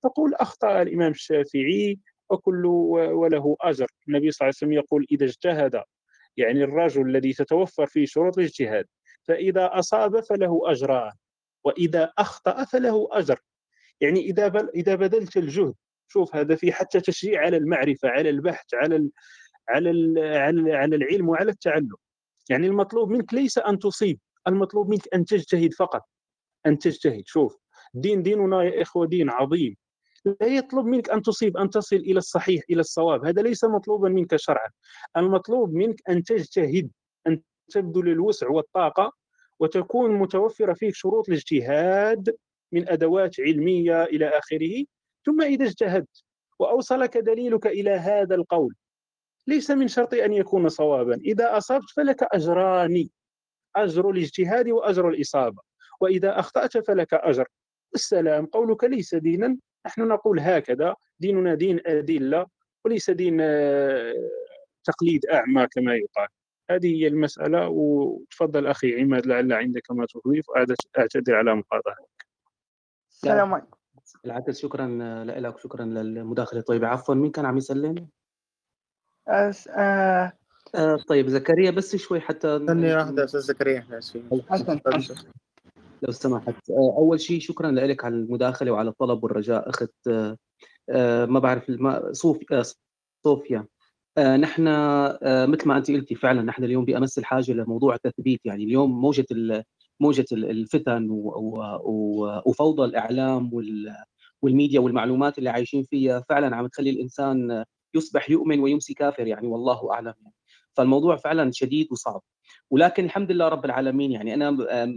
تقول أخطأ الإمام الشافعي وكل وله أجر. النبي صلى الله عليه وسلم يقول إذا اجتهد، يعني الرجل الذي تتوفر فيه شروط الاجتهاد، فإذا أصاب فله أجران وإذا أخطأ فله أجر. يعني إذا بل إذا بذلت الجهد، شوف هذا في حتى تشجيع على المعرفة، على البحث، على ال على ال على, على العلم وعلى التعلم. يعني المطلوب منك ليس أن تصيب، المطلوب منك أن تجتهد فقط، أن تجتهد. شوف دين ديننا يا إخوة دين عظيم، لا يطلب منك أن تصيب، أن تصل إلى الصحيح إلى الصواب، هذا ليس مطلوبا منك شرعا. المطلوب منك أن تجتهد، أن تبذل الوسع والطاقة، وتكون متوفرة فيك شروط الاجتهاد من أدوات علمية إلى آخره. ثم إذا اجتهدت وأوصلك دليلك إلى هذا القول، ليس من شرط أن يكون صوابا، إذا أصبت فلك أجران، أجر الاجتهاد وأجر الإصابة، وإذا أخطأت فلك أجر. السلام، قولك ليس دينا، نحن نقول هكذا، ديننا دين أدلة وليس دين تقليد أعمى كما يقال. هذه هي المسألة. وتفضل أخي عماد لعل عندك ما تضيف، أعتذر على مقاطعتك. السلام عليكم. العكس، شكرا لك وشكرا للمداخلة الطيبة. عفوا، مين كان عم يسلم؟ أس... آه... آه طيب زكريا، بس شوي حتى ثانية واحدة أستاذ زكريا، إحنا آسفين. حسن لو سمحت. آه أول شيء شكرا لك على المداخلة وعلى الطلب والرجاء. أخت آه آه ما بعرف الما... صوفي آه صوفيا. آه نحن آه مثل ما أنت قلتي فعلا، نحن اليوم بأمس الحاجة لموضوع التثبيت. يعني اليوم موجة موجة الفتن و... و... وفوضى الإعلام وال... والميديا والمعلومات اللي عايشين فيها فعلا عم تخلي الإنسان يصبح يؤمن ويمسي كافر، يعني والله أعلم. يعني فالموضوع فعلا شديد وصعب، ولكن الحمد لله رب العالمين. يعني أنا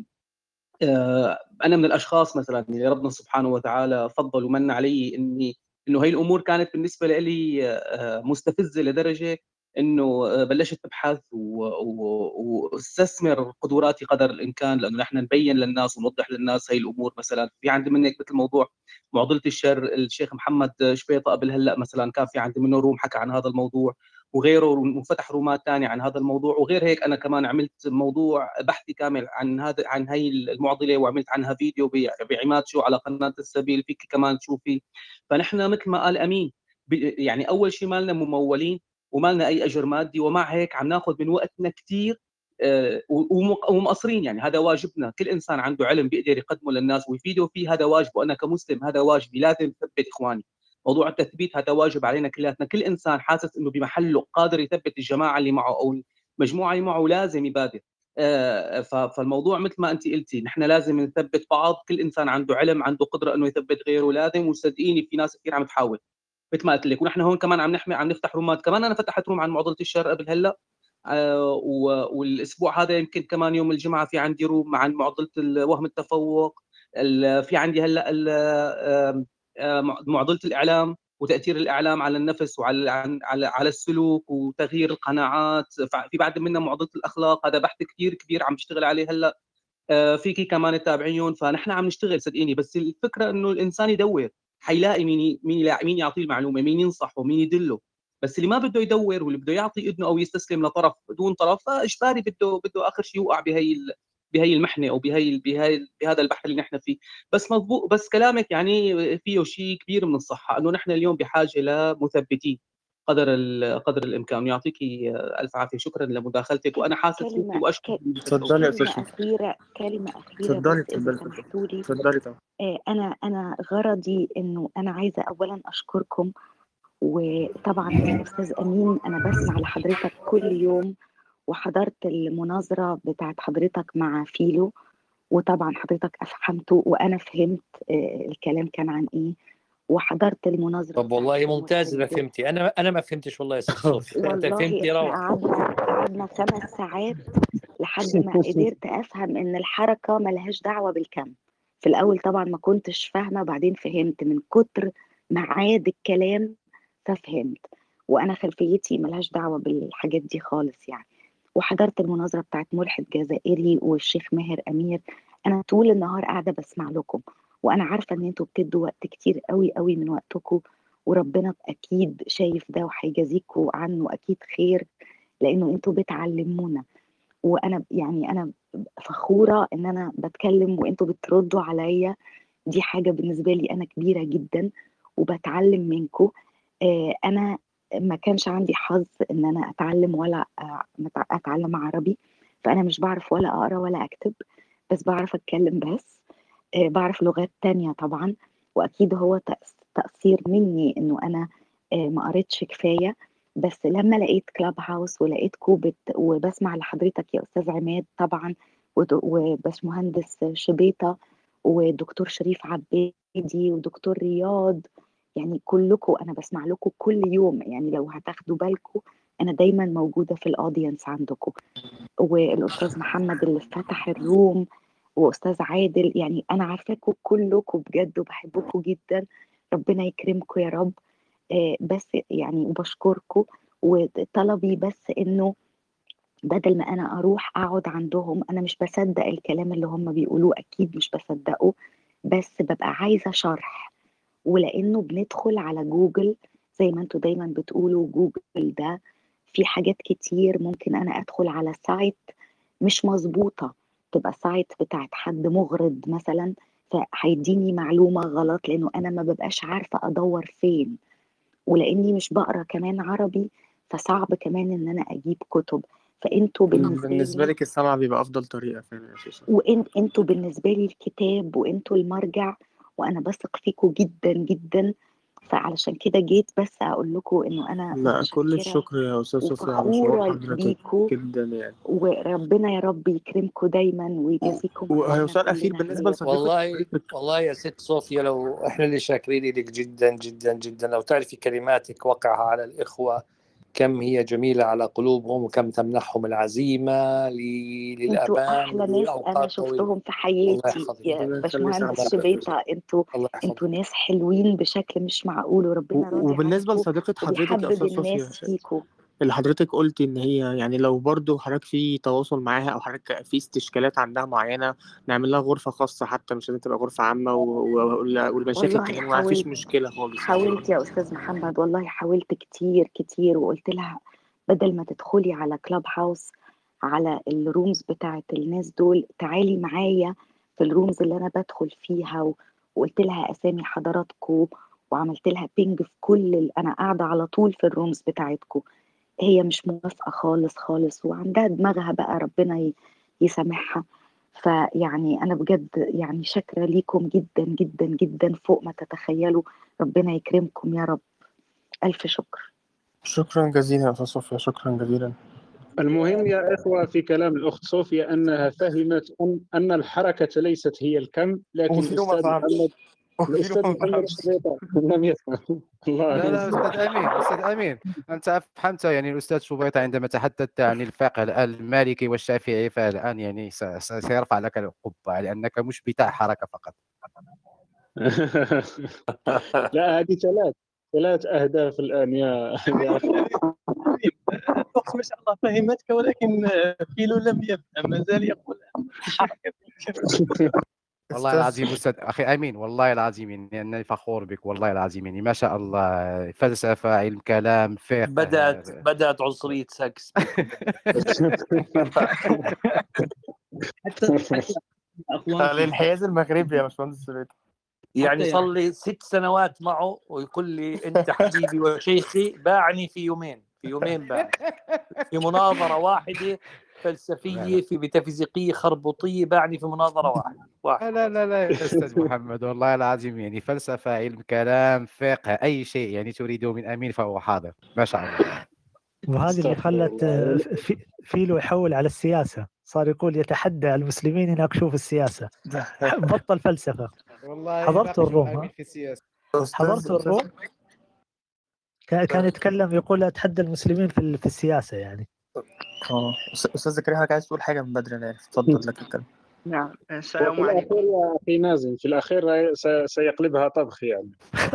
أنا من الأشخاص مثلا اللي ربنا سبحانه وتعالى فضل ومن علي إني إنه هي الأمور كانت بالنسبة لي مستفزة لدرجة إنه بلشت أبحث واستثمر قدراتي قدر الإمكان، لأنه نحن نبين للناس ونوضح للناس هي الأمور. مثلا في عندي منك مثل موضوع معضلة الشر، الشيخ محمد شبيطة قبل هلا مثلا كان في عندي منه روم حكى عن هذا الموضوع وغيره، وفتح رومات ثانيه عن هذا الموضوع. وغير هيك انا كمان عملت موضوع بحثي كامل عن هذا عن هي المعضله، وعملت عنها فيديو بعماد شو على قناه السبيل، فيك كمان تشوفي. فنحن مثل ما قال امين، يعني اول شيء ما لنا ممولين وما لنا اي اجر مادي، ومع هيك عم ناخذ من وقتنا كثير ومقصرين. يعني هذا واجبنا، كل انسان عنده علم بيقدر يقدمه للناس ويفيده فيه، هذا واجبه. انا كمسلم هذا واجبي، لازم اثبت اخواني. موضوع التثبيت هذا واجب علينا كلياتنا، كل انسان حاسس انه بمحله قادر يثبت الجماعه اللي معه او المجموعه اللي معه لازم يبادر. آه فالموضوع مثل ما انت قلتي، نحن لازم نثبت بعض، كل انسان عنده علم عنده قدره انه يثبت غيره، لازم. وصدقيني في ناس كثير عم تحاول مثل ما قلت لك، ونحن هون كمان عم نحمي عم نفتح رومات. كمان انا فتحت روم عن معضله الشر قبل هلا، آه والاسبوع هذا يمكن كمان يوم الجمعه في عندي روم عن معضله وهم التفوق. في عندي هلا معضله الاعلام وتاثير الاعلام على النفس وعلى على على السلوك وتغيير القناعات. في بعد منها معضله الاخلاق، هذا بحث كثير كبير عم بشتغل عليه هلا، فيكي كمان تتابعيهم. فنحن عم نشتغل صدقيني، بس الفكره انه الانسان يدور حيلاقي مين مين مين يعطيه المعلومه، مين ينصحه، مين يدله. بس اللي ما بده يدور واللي بده يعطي اذنه او يستسلم لطرف بدون طرف، فاجباري بده بده اخر شيء يوقع بهي بهي المحنه او بهي بهي بهذا البحر اللي نحن فيه. بس مضبوط، بس كلامك يعني فيه شيء كبير من الصحه، انه نحن اليوم بحاجه لمثبتين قدر قدر الامكان. يعطيكي الف عافيه، شكرا لمداخلتك. وانا حاسس فيك واشكر. تفضلي يا كلمه اخيره كلمه اخيره تفضلي بس اذا سمحتوا لي. تفضلي طبعا. انا انا غرضي انه انا عايزه اولا اشكركم، وطبعا الاستاذ امين انا بسمع لحضرتك كل يوم، وحضرت المناظره بتاعت حضرتك مع فيلو، وطبعا حضرتك افهمته وانا فهمت الكلام كان عن ايه، وحضرت المناظره. طب والله ممتاز اذا فهمتي. انا انا ما فهمتش والله يا استاذ صوفي. انت فهمتي روعه. قعدنا قعدنا خمس ساعات لحد ما قدرت افهم ان الحركه ملهاش دعوه بالكم. في الاول طبعا ما كنتش فاهمه، بعدين فهمت من كتر معاد الكلام ففهمت، وانا خلفيتي ملهاش دعوه بالحاجات دي خالص يعني. وحضرت المناظره بتاعت ملحد جزائري والشيخ ماهر امير. انا طول النهار قاعده بسمع لكم، وانا عارفه ان انتوا بتدوا وقت كتير قوي قوي من وقتكم، وربنا اكيد شايف ده وهيجازيكم عنه اكيد خير، لانه انتوا بتعلمونا. وانا يعني انا فخوره ان انا بتكلم وانتوا بتردوا عليا، دي حاجه بالنسبه لي انا كبيره جدا. وبتعلم منكم. آه، أنا ما كانش عندي حظ إن أنا أتعلم ولا آه، متع- أتعلم عربي، فأنا مش بعرف ولا أقرأ ولا أكتب، بس بعرف أتكلم بس. آه، بعرف لغات تانية طبعا، وأكيد هو تأس- تقصير مني إنه أنا آه، ما قريتش كفاية. بس لما لقيت كلاب هاوس ولقيتكم بت... وبسمع لحضرتك يا أستاذ عماد طبعا، ود- وباشمهندس شبيطة ودكتور شريف عبادي ودكتور رياض، يعني كلكم أنا بسمع لكم كل يوم. يعني لو هتاخدوا بالكم أنا دايما موجودة في الأودينس عندكم، والأستاذ محمد اللي فتح الروم، وأستاذ عادل. يعني أنا عارفاكم كلكم بجد وبحبكم جدا، ربنا يكرمكم يا رب. آه، بس يعني وبشكركم، وطلبي بس إنه بدل ما أنا أروح أقعد عندهم، أنا مش بصدق الكلام اللي هم بيقولوه، أكيد مش بصدقه، بس ببقى عايزة شرح. ولأنه بندخل على جوجل زي ما انتوا دايما بتقولوا، جوجل ده في حاجات كتير ممكن أنا أدخل على سايت مش مظبوطة، تبقى سايت بتاعت حد مغرض مثلا، فهيديني معلومة غلط لأنه أنا ما ببقاش عارفة أدور فين. ولأني مش بقرأ كمان عربي، فصعب كمان إن أنا أجيب كتب. فأنتوا بالنسبة بالنسبة لي، لك السمع بيبقى أفضل طريقة فعلا يا أساسا. وانتوا بالنسبة لي الكتاب، وانتوا المرجع، وأنا بثق فيكم جدا جدا. فعلشان كده جيت بس أقول لكم إنه أنا لا، كل متشكرة الشكر يا أستاذ صوفيا على شعور وفخورة حضرتك بيكوا، جدا يعني. وربنا يا رب يكرمكم دايما ويجازيكم وهي عنا سؤال أخير كلنا بالنسبة خير. لصديقة والله حضرتك. والله يا ست صوفيا، لو احنا اللي شاكرين لك جدا جدا جدا. لو تعرفي كلماتك وقعها على الإخوة كم هي جميلة على قلوبهم، وكم تمنحهم العزيمة ل- انتوا للأمان أحلى ناس أنا ولأوقات طويلة. شفتهم في الله حياتي يحفظك. يا ربنا يخلي باشمهندس سعادتك يا أستاذ. شبيطة. انتوا الله يحفظك. انتوا ناس حلوين بشكل مش معقول، وربنا و- راضي وبالنسبة عنكم لصديقة حضرتك يا وبيحبب أستاذ صوفيا، الناس فيكم. اللي حضرتك قلتي ان هي يعني لو برضو حضرتك في تواصل معاها او حضرتك في استشكالات عندها معينه، نعمل لها غرفه خاصه، حتى مش لازم تبقى غرفه عامه، و- و- والمشاكل والله تتكلموا معاها، مفيش حاولت مشكله خالص حاولت يعني. يا أستاذ محمد، والله حاولت كتير كتير، وقلت لها بدل ما تدخلي على كلاب هاوس على الرومز بتاعت الناس دول، تعالي معايا في الرومز اللي أنا بدخل فيها. و... وقلت لها أسامي حضراتكم، وعملت لها بينج في كل ال... أنا قاعدة على طول في الرومز بتاعتكم. هي مش موافقة خالص خالص، وعندها دماغها بقى ربنا ي... يسامحها. فيعني أنا بجد يعني شاكرة ليكم جدا جدا جدا فوق ما تتخيلوا. ربنا يكرمكم يا رب. ألف شكر. شكرا جزيلا يا استاذ صوفيا، شكرا جزيلا. المهم يا إخوة في كلام الأخت صوفيا أنها فهمت أن أن الحركة ليست هي الكم، لكن وفينو ما الأستاذ فهمش محمد وفينو الأستاذ ما محمد فهمش. الشريطة لم يفهم. الله لا لا يسلمك. أستاذ أمين، أستاذ أمين، أنت فهمت يعني الأستاذ شبيطة عندما تحدثت عن الفقه الآن المالكي والشافعي، فالآن يعني س- س- سيرفع لك القبعة لأنك مش بتاع حركة فقط. لا، هذه ثلاث ثلاث أهداف الآن يا يا أخي. الأخت ما شاء الله فهمتك، ولكن فيلو لم يفهم، ما زال يقول حركة. والله أستاذ العظيم أستاذ أخي أمين، والله العظيم يعني أنني فخور بك، والله العظيم يعني ما شاء الله، فلسفة، علم كلام، فقه. بدأت بدأت عنصرية ساكس بكم. حتى حتى اخواتي الانحياز المغربي يا باشمهندس سويد. يعني حتى صار لي ست سنوات معه ويقول لي أنت حبيبي وشيخي، باعني في يومين في يومين باعني في مناظرة واحدة لا فلسفية لا في ميتافيزيقية خربوطية، باعني في مناظرة واحدة واحد. لا لا لا يا أستاذ محمد، والله العظيم يعني فلسفة، علم كلام، فقه، أي شيء يعني تريده من أمين فهو حاضر، ما شاء الله. وهذه اللي استغفر خلت الله. في- فيلو يحول على السياسة، صار يقول يتحدى المسلمين يناقشوه في السياسة، بطل فلسفة. والله حضرتوا ناقشوا الروم أمين ها؟ في السياسة. حضرتوا الروم؟ كان كان يتكلم يقول اتحدى المسلمين في ال- في السياسة يعني. اه استاذ زكريا، حضرتك عايز تقول حاجه من بدري، انا عارف، اتفضل لك الكلام. نعم، وفي السلام الأخير عليكم. يا أخي مازن، في الأخير سي- سيقلبها طبخ يعني.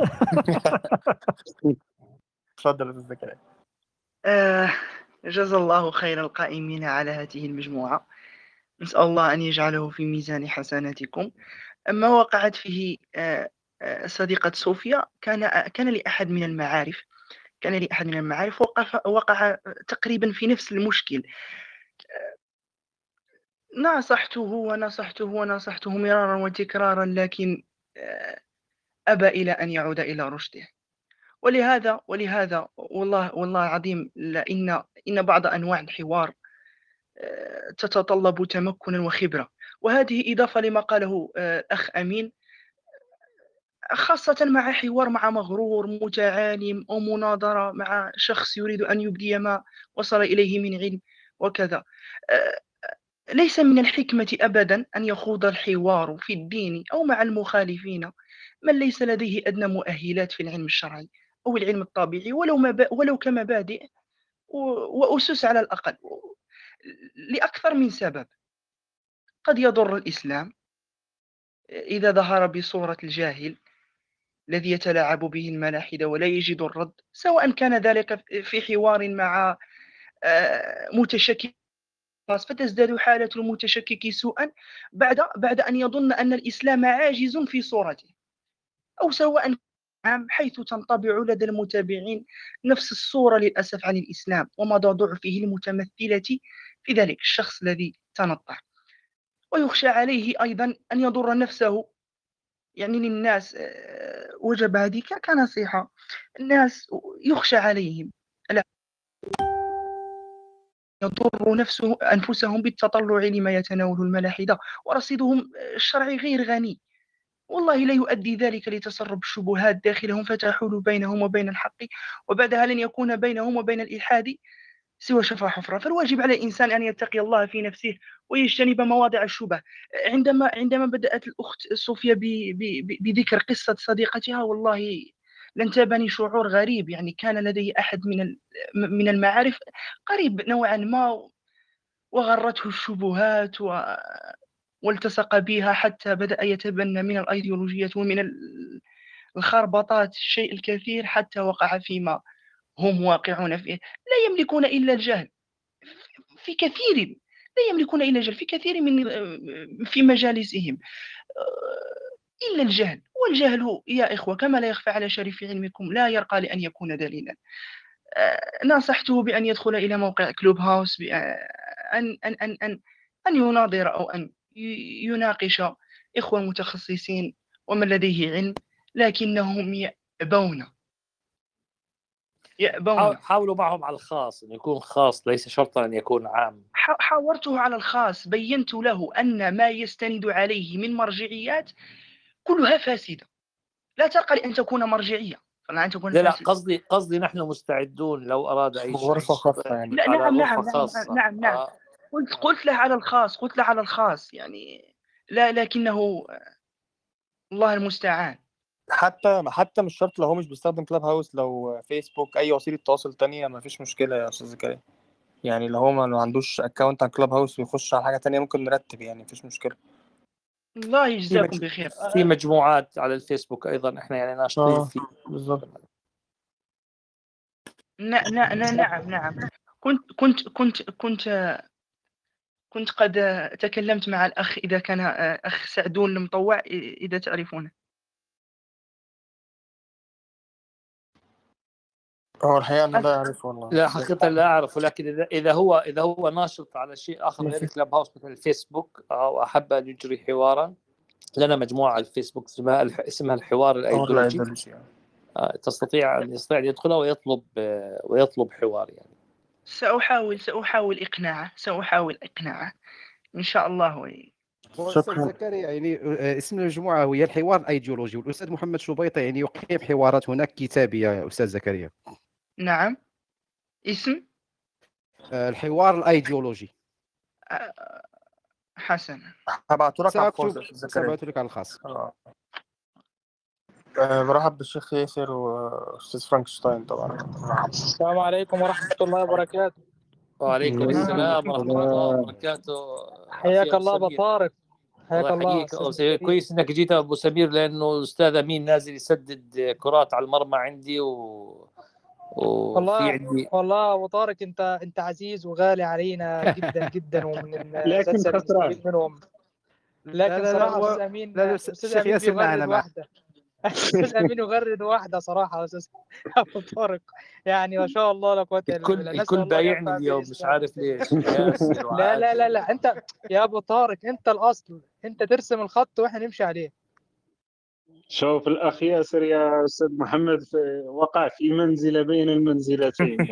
اتفضل يا استاذ زكريا. آه جزا الله خير القائمين على هذه المجموعة، نسأل الله أن يجعله في ميزان حسناتكم. أما وقعت فيه آه آه صديقة صوفيا، كان كان لأحد من المعارف كان لأحد من المعارف وقف وقع تقريبا في نفس المشكل. ناصحته ونصحته ونصحته مرارا وتكرارا، لكن آه أبى إلى أن يعود إلى رشده. ولهذا ولهذا والله والله العظيم إن إن بعض أنواع الحوار تتطلب تمكنا وخبرة، وهذه إضافة لما قاله الأخ أمين، خاصة مع حوار مع مغرور متعالم أو مناظرة مع شخص يريد أن يبدي ما وصل إليه من علم وكذا. ليس من الحكمة أبدا أن يخوض الحوار في الدين أو مع المخالفين من ليس لديه أدنى مؤهلات في العلم الشرعي أو العلم الطبيعي، ولو, مب... ولو كمبادئ وأسس على الأقل، لأكثر من سبب. قد يضر الإسلام إذا ظهر بصورة الجاهل الذي يتلاعب به الملاحدة ولا يجد الرد، سواء كان ذلك في حوار مع متشكك، فتزداد حالة المتشكك سوءا بعد بعد أن يظن أن الإسلام عاجز في صورته، أو سواء عام حيث تنطبع لدى المتابعين نفس الصورة للأسف عن الإسلام ومدى ضعفه المتمثلة في ذلك الشخص الذي تنطع. ويخشى عليه أيضا أن يضر نفسه، يعني للناس وجب هذه كنصيحة، الناس يخشى عليهم لا يضر نفسه أنفسهم بالتطلع لما يتناوله الملاحدة ورصيدهم الشرعي غير غني، والله لا يؤدي ذلك لتسرب الشبهات داخلهم فتحول بينهم وبين الحق، وبعدها لن يكون بينهم وبين الإلحاد سوى شفا حفرة. فالواجب على الإنسان أن يتقي الله في نفسه ويجتنب مواضع الشبه. عندما عندما بدأت الأخت صوفيا بذكر قصة صديقتها، والله لانتابني شعور غريب، يعني كان لدي أحد من من المعارف قريب نوعا ما وغرته الشبهات و والتصق بها حتى بدأ يتبنى من الأيديولوجيات ومن الخربطات الشيء الكثير حتى وقع فيما هم واقعون فيه. لا يملكون إلا الجهل في كثير لا يملكون إلا الجهل في كثير من في مجالسهم، إلا الجهل. والجهل يا إخوة كما لا يخفى على شريف علمكم لا يرقى لأن يكون دليلا. نصحته بأن يدخل إلى موقع كلوب هاوس، أن أن أن أن أن يناظر أو أن يناقش إخوة متخصصين ومن لديه علم، لكنهم يأبون يأبون. حاولوا معهم على الخاص، أن يكون خاص ليس شرطا أن يكون عام. حاورته على الخاص، بينت له أن ما يستند عليه من مرجعيات كلها فاسدة، لا ترقى لأن تكون مرجعية. لا لا قصدي قصدي نحن مستعدون لو أراد أي شخص غرفة خاصة يعني. لا نعم نعم خاصة. نعم نعم آه. قلت قلت له على الخاص قلت له على الخاص يعني لا، لكنه الله المستعان. حتى حتى مش شرط لو هو مش بيستخدم كلاب هاوس، لو فيسبوك أي وسيلة تواصل تانية ما فيش مشكلة يا أستاذ زكريا. يعني لو هو ما عندوش أكاونت على كلاب هاوس ويخش على حاجة تانية ممكن نرتب، يعني مفيش مشكلة. الله يجزاكم بخير. في مجموعات على الفيسبوك أيضا إحنا يعني ناشطين آه. فيه. بالضبط. نعم نعم نعم كنت كنت كنت كنت كنت قد تكلمت مع الأخ إذا كان أخ سعدون المطوع إذا تعرفونه. هو الحقيقة أنا لا أعرف والله. لا حقيقة لا أعرف، ولكن إذا إذا هو إذا هو ناشط على شيء آخر غير كلاب هاوس مثل الفيسبوك أو أحب أن يجري حوارا، لنا مجموعة على الفيسبوك اسمها اسمها الحوار الأيديولوجي. آه تستطيع أن يستطيع أن يدخلها ويطلب ويطلب حوار يعني. سأحاول سأحاول إقناعه سأحاول إقناعه إن شاء الله. وي. أستاذ زكريا يعني اسم المجموعة هي الحوار الأيديولوجي، والأستاذ محمد شبيطة يعني يقيم حوارات هناك كتابية يا أستاذ زكريا. نعم. اسم الحوار الأيديولوجي. حسنا هبعته لك على الخاص. سأبعته لك على الخاص. برحب بالشيخ ياسر وأستاذ فرانكشتاين طبعا. السلام عليكم ورحمة الله وبركاته. وعليكم السلام ورحمة الله وبركاته. حياك الله أبو طارق. حياك الله. كويس إنك جيت أبو سمير، لأنه الأستاذ أمين نازل يسدد كرات على المرمى عندي و والله عندي... والله أبو طارق أنت أنت عزيز وغالي علينا جدا جدا، ومن الناس اللي بنستفيد منهم. لكن صراحة أستاذ أمين أستاذ أمين بيغرد واحدة أستاذ أمين يغرد واحدة صراحة أستاذ أبو طارق، يعني ما شاء الله لا قوة إلا بالله. الكل بايعني اليوم مش عارف ليش. لا لا لا لا أنت يا أبو طارق أنت الأصل، أنت ترسم الخط وإحنا نمشي عليه. شوف الأخ ياسر يا أستاذ محمد وقع في منزلة بين المنزلتين.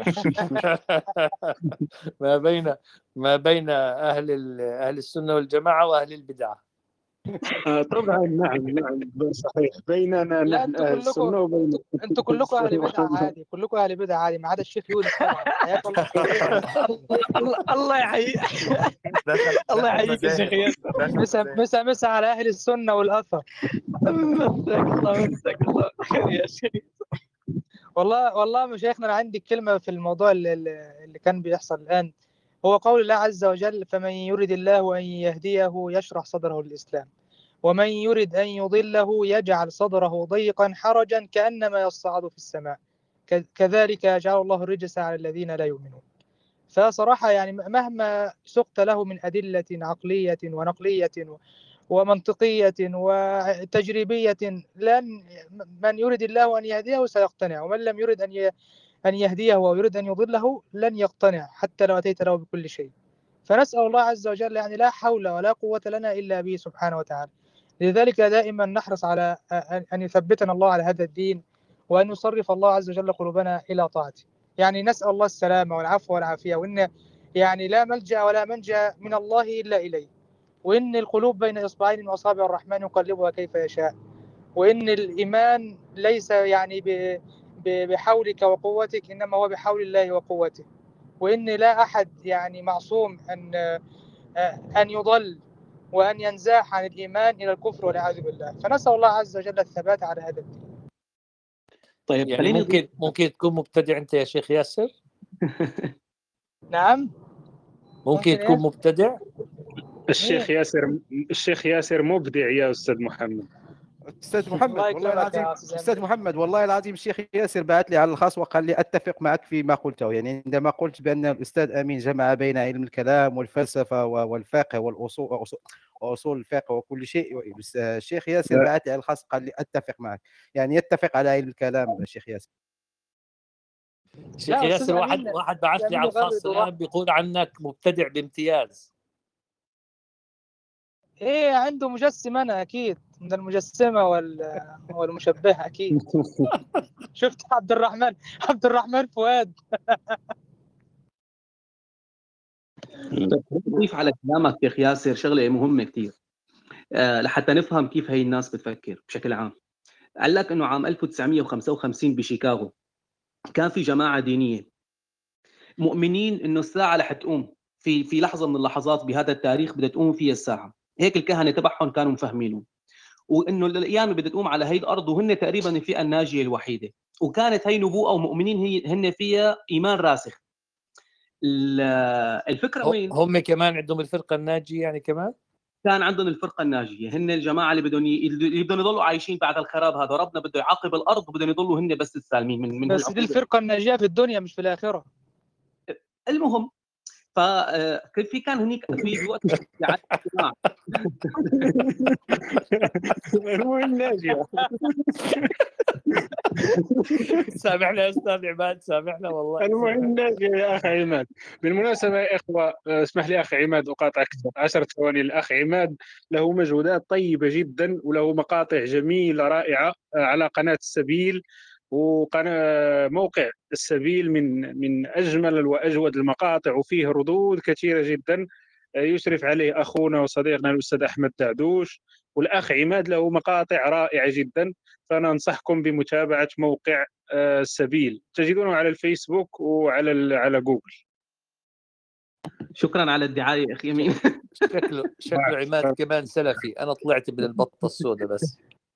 ما بين ما بين أهل أهل السنة والجماعة وأهل البدعة. طبعا نعم نعم صحيح بيننا نحن أهل السنة وبين أنتم كلكم أهل بدعة عادي، كلكم أهل بدعة عادي ما عدا الشيخ يونس طبعا. حياك الله. الله يحييك الله يحييك يا شيخ ياسر. مسا مسا مسا على أهل السنة والأثر. مساك الله مساك الله خير يا شيخ. والله والله مشايخنا أنا عندي كلمة في الموضوع اللي, اللي كان بيحصل الآن. هو قول الله عز وجل: فمن يرد الله أن يهديه يشرح صدره للإسلام ومن يرد أن يضله يجعل صدره ضيقا حرجا كأنما يصعد في السماء كذلك يجعل الله الرجس على الذين لا يؤمنون. فصراحة يعني مهما سقت له من أدلة عقلية ونقلية ومنطقية وتجريبية لن من يرد الله أن يهديه سيقتنع، ومن لم يرد أن أن يهديه ويريد أن يضله لن يقتنع حتى لو أتيت له بكل شيء. فنسأل الله عز وجل يعني لا حول ولا قوة لنا إلا به سبحانه وتعالى. لذلك دائما نحرص على أن يثبتنا الله على هذا الدين وأن يصرف الله عز وجل قلوبنا إلى طاعته. يعني نسأل الله السلامة والعفو والعافية، وإن يعني لا ملجأ ولا منجأ من الله إلا إليه، وإن القلوب بين إصبعين من أصابع الرحمن يقلبها كيف يشاء، وإن الإيمان ليس يعني ب بحولك وقوتك إنما هو بحول الله وقوته، وإن لا أحد يعني معصوم أن أن يضل وأن ينزاح عن الإيمان إلى الكفر والعياذ بالله. فنسأل الله عز وجل الثبات على هذا الدين. طيب يعني ممكن ممكن تكون مبتدع أنت يا شيخ ياسر؟ نعم ممكن تكون مبتدع. الشيخ ياسر الشيخ ياسر مبدع يا أستاذ محمد. استاذ محمد والله العظيم استاذ محمد والله العظيم الشيخ ياسر بعث لي على الخاص وقال لي اتفق معك فيما قلته. يعني عندما قلت بان الاستاذ امين جمع بين علم الكلام والفلسفه والفقه والاصول واصول الفقه وكل شيء، الشيخ ياسر بعث لي على الخاص قال لي اتفق معك، يعني يتفق على علم الكلام الشيخ ياسر. الشيخ ياسر واحد واحد بعث لي على الخاص الان بيقول عنك مبتدع بامتياز. ايه عنده مجسم انا اكيد من المجسمه والمشبهه اكيد. شفت عبد الرحمن عبد الرحمن فؤاد. نضيف على كلامك شيخ ياسر شغله مهمه كثير أه لحتى نفهم كيف هي الناس بتفكر بشكل عام. قال لك انه عام ألف وتسعمية وخمسة وخمسين بشيكاغو كان في جماعه دينيه مؤمنين انه الساعه رح تقوم في في لحظه من اللحظات بهذا التاريخ بدها تقوم فيها الساعه، هيك الكهنه تبعهم كانوا مفهمينه، وانه القيامه بدها تقوم على هي الارض وهن تقريبا الفئه الناجيه الوحيده، وكانت هي نبوءه ومؤمنين هي هن فيها ايمان راسخ. الفكره وين؟ هم كمان عندهم الفرقه الناجيه يعني كمان؟ كان عندهم الفرقه الناجيه، هن الجماعه اللي بدهم اللي بدهم يضلوا عايشين بعد الخراب هذا، ربنا بده يعاقب الارض وبدهم يضلوا هن بس السالمين من من بس دي الفرقه الناجيه في الدنيا مش في الاخره. المهم ففي كان هنيك في وقت اجتماع المهم ناجية. سامحنا يا استاذ عماد سامحنا والله. المهم ناجية يا اخ عماد. بالمناسبه يا اخوه اسمح لي اخ عماد اقاطعك عشر ثواني. الاخ عماد له مجهودات طيبه جدا وله مقاطع جميله رائعه على قناه السبيل، وقناه موقع السبيل من من اجمل واجود المقاطع وفيه ردود كثيره جدا يشرف عليه اخونا وصديقنا الاستاذ احمد دعدوش، والاخ عماد له مقاطع رائعه جدا، فانا انصحكم بمتابعه موقع السبيل، تجدونه على الفيسبوك وعلى على جوجل. شكرا على الدعايه اخي يمين. شكله شكله عماد كمان سلفي، انا طلعت من البطه السوداء بس.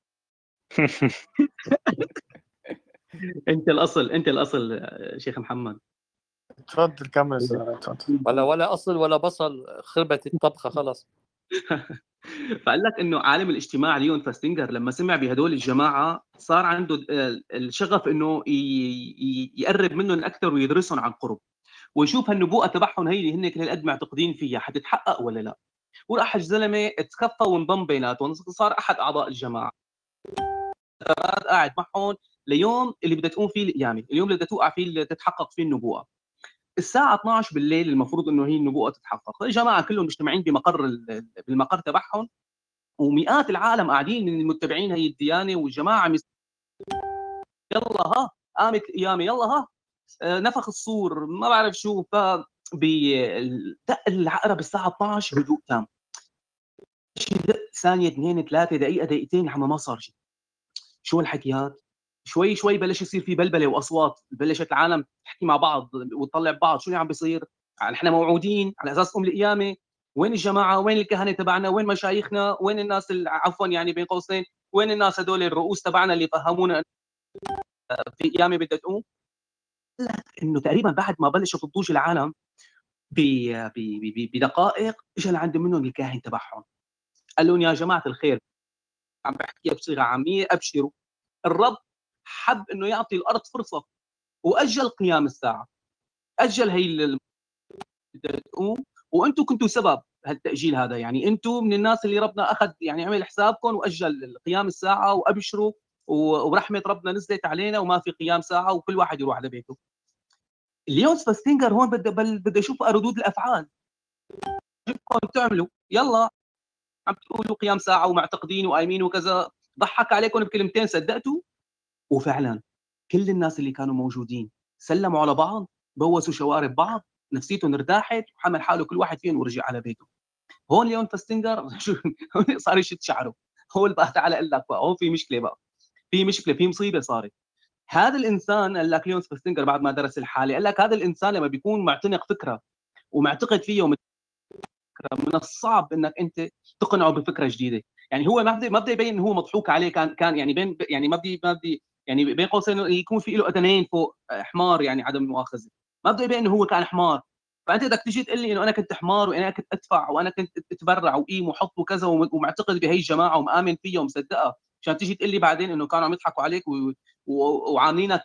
انت الاصل انت الاصل شيخ محمد. تفضل كمل. ولا ولا اصل ولا بصل، خربت الطبخه خلص. فقال لك انه عالم الاجتماع ليون فاستنجر لما سمع بهدول الجماعه صار عنده الشغف انه يقرب منهم اكثر ويدرسهم عن قرب ويشوف هالنبوءه تبعهم هي اللي هن كل هالقد معتقدين فيها حتتحقق ولا لا. وراح الزلمه اتكفى وانضم بيناتهم، صار احد اعضاء الجماعه قاعد معهم ليوم اللي بدها تقوم فيه القيامه، اليوم اللي بدها توقع فيه تتحقق فيه النبوءه. الساعه اثنعش بالليل المفروض انه هي النبوءه تتحقق، الجماعه كلهم مجتمعين بمقر بالمقر تبعهم ومئات العالم قاعدين من المتبعين هي الديانه والجماعه مس... يلا ها قامت القيامه، يلا ها نفخ الصور ما بعرف شو. ف دق العقرب الساعه اثنعش هدوء تام، دق ثانيه اثنين ثلاثه دقيقه دقيقتين لحما ما صار شيء. شو الحكيات؟ شوي شوي بلش يصير في بلبله واصوات، بلشت العالم تحكي مع بعض وتطلع ببعض شو اللي عم بيصير. نحن موعودين على اساس ام القيامه، وين الجماعه؟ وين الكهنه تبعنا؟ وين مشايخنا؟ وين الناس عفوا يعني بين قوسين وين الناس هدول الرؤوس تبعنا اللي فهمونا في قيامه بدها تقوم؟ انه تقريبا بعد ما بلشت تضوج العالم بدقائق اجى لعند منهم الكاهن تبعهم قال لهم يا جماعه الخير، عم بحكيها بصيغه عاميه، ابشروا الرب حب انه يعطي الارض فرصه واجل قيام الساعه، اجل هي بدها تقوم، وانتم كنتوا سبب هالتاجيل هذا. يعني انتم من الناس اللي ربنا اخذ يعني عمل حسابكم واجل قيام الساعه، وابشروا ورحمه ربنا نزلت علينا وما في قيام ساعه وكل واحد يروح على بيته. اليوم فاستينجر هون بده بده يشوف ردود الافعال. بدكم تعملوا يلا عم تقولوا قيام ساعه ومعتقدين وقايمين وكذا، ضحك عليكم بكلمتين صدقتوا؟ وفعلا كل الناس اللي كانوا موجودين سلموا على بعض، بوسوا شوارب بعض، نفسيتهم ارتاحت وحمل حاله كل واحد فيهم ورجع على بيته. هون ليون فاستينجر صار يشد شعره. هو بقى تعال اقول لك بقى هون في مشكله، بقى في مشكله، في مصيبه صارت. هذا الانسان قال لك ليون فاستينجر بعد ما درس الحاله، قال لك هذا الانسان لما بيكون معتنق فكره ومعتقد فيها ومت... من الصعب انك انت تقنعه بفكره جديده. يعني هو ما بده ما بده يبين انه هو مضحوك عليه، كان كان يعني بين يعني ما بدي ما بدي يعني بين قوسين يكون في له قدمين فوق حمار، يعني عدم المؤاخذه، ما بده يبين انه هو كان حمار. فانت بدك تيجي تقول لي انه انا كنت حمار وانا كنت ادفع وانا كنت اتبرع وقيم وحط وكذا ومعتقد بهي الجماعه ومآمن فيها ومصدقها، عشان تيجي تقول لي بعدين انه كانوا عم يضحكوا عليك و... و... وعاملينك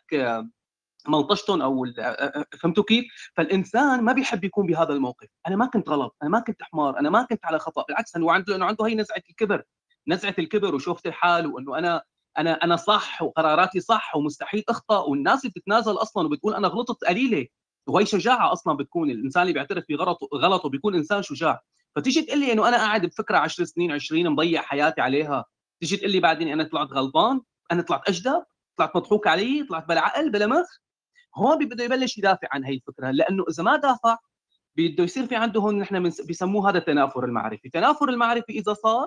ملطشتهم او فهمتوا كيف؟ فالانسان ما بيحب يكون بهذا الموقف. انا ما كنت غلط، انا ما كنت حمار، انا ما كنت على خطا، بالعكس هو عنده انه عنده هي نزعه الكبر، نزعه الكبر وشوفه الحال، وانه انا انا انا صح وقراراتي صح ومستحيل اخطا، والناس اللي بتتنازل اصلا وبتقول انا غلطت قليله، وهي شجاعه اصلا بتكون. الانسان اللي بيعترف بغلطه غلطه بيكون انسان شجاع. فتيجي تقول لي انه انا قاعد بفكره عشر سنين عشرين مضيع حياتي عليها، تيجي تقول لي بعدين انا طلعت غلطان، انا طلعت اجدب، طلعت مضحوك علي، طلعت بلا عقل بلا مخ. هون بده يبلش يدافع عن هي الفكره، لانه اذا ما دافع بده يصير في عنده هون نحن بيسموه هذا التنافر المعرفي. التنافر المعرفي اذا صار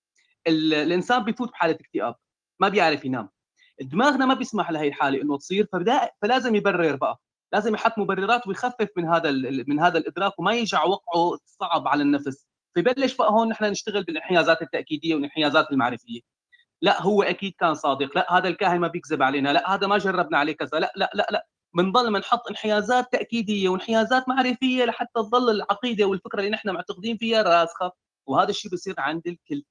الانسان بيفوت بحاله اكتئاب، ما بيعرف ينام، دماغنا ما بيسمح لهي الحاله انه تصير، فبدا فلازم يبرر بقى، لازم يحط مبررات ويخفف من هذا من هذا الادراك وما يجع وقعه صعب على النفس. فيبلش بقى هون نحن نشتغل بالانحيازات التاكيديه والانحيازات المعرفيه. لا هو اكيد كان صادق، لا هذا الكاهن ما بيكذب علينا، لا هذا ما جربنا عليه كذا، لا لا لا لا بنضل بنحط انحيازات تاكيديه وانحيازات معرفيه لحتى تضل العقيده والفكره اللي نحن معتقدين فيها راسخه، وهذا الشيء بيصير عند الكل.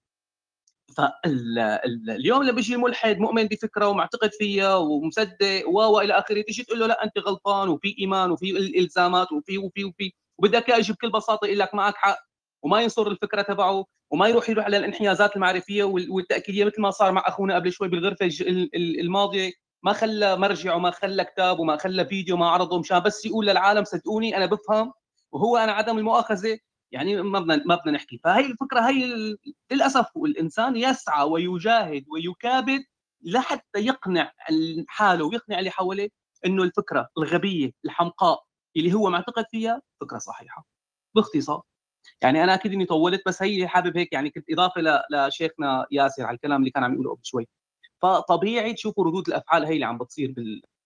فاليوم لما بيجي ملحد مؤمن بفكره ومعتقد فيها ومصدق و الى اخره، تيجي تقول له لا انت غلطان وفي ايمان وفي الزامات وفي وفي وفي وبدك اياه يجي بكل بساطه يقول لك معك حق وما ينصر الفكره تبعه وما يروح يروح على الانحيازات المعرفيه والتاكيديه، مثل ما صار مع اخونا قبل شوي بالغرفه الماضيه، ما خلى مرجع وما خلى كتاب وما خلى فيديو ما عرضه مشان بس يقول للعالم صدقوني انا بفهم، وهو انا عدم المؤاخذه يعني ما بدنا ما بدنا نحكي. فهي الفكره هي للاسف الانسان يسعى ويجاهد ويكابد لحتى يقنع حاله ويقنع اللي حواليه انه الفكره الغبيه الحمقاء اللي هو معتقد فيها فكره صحيحه. باختصار يعني انا اكيد اني طولت، بس هي حابب هيك يعني كنت اضافه لشيخنا ياسر على الكلام اللي كان عم يقوله قبل شوي. فطبيعي تشوفوا ردود الافعال هي اللي عم بتصير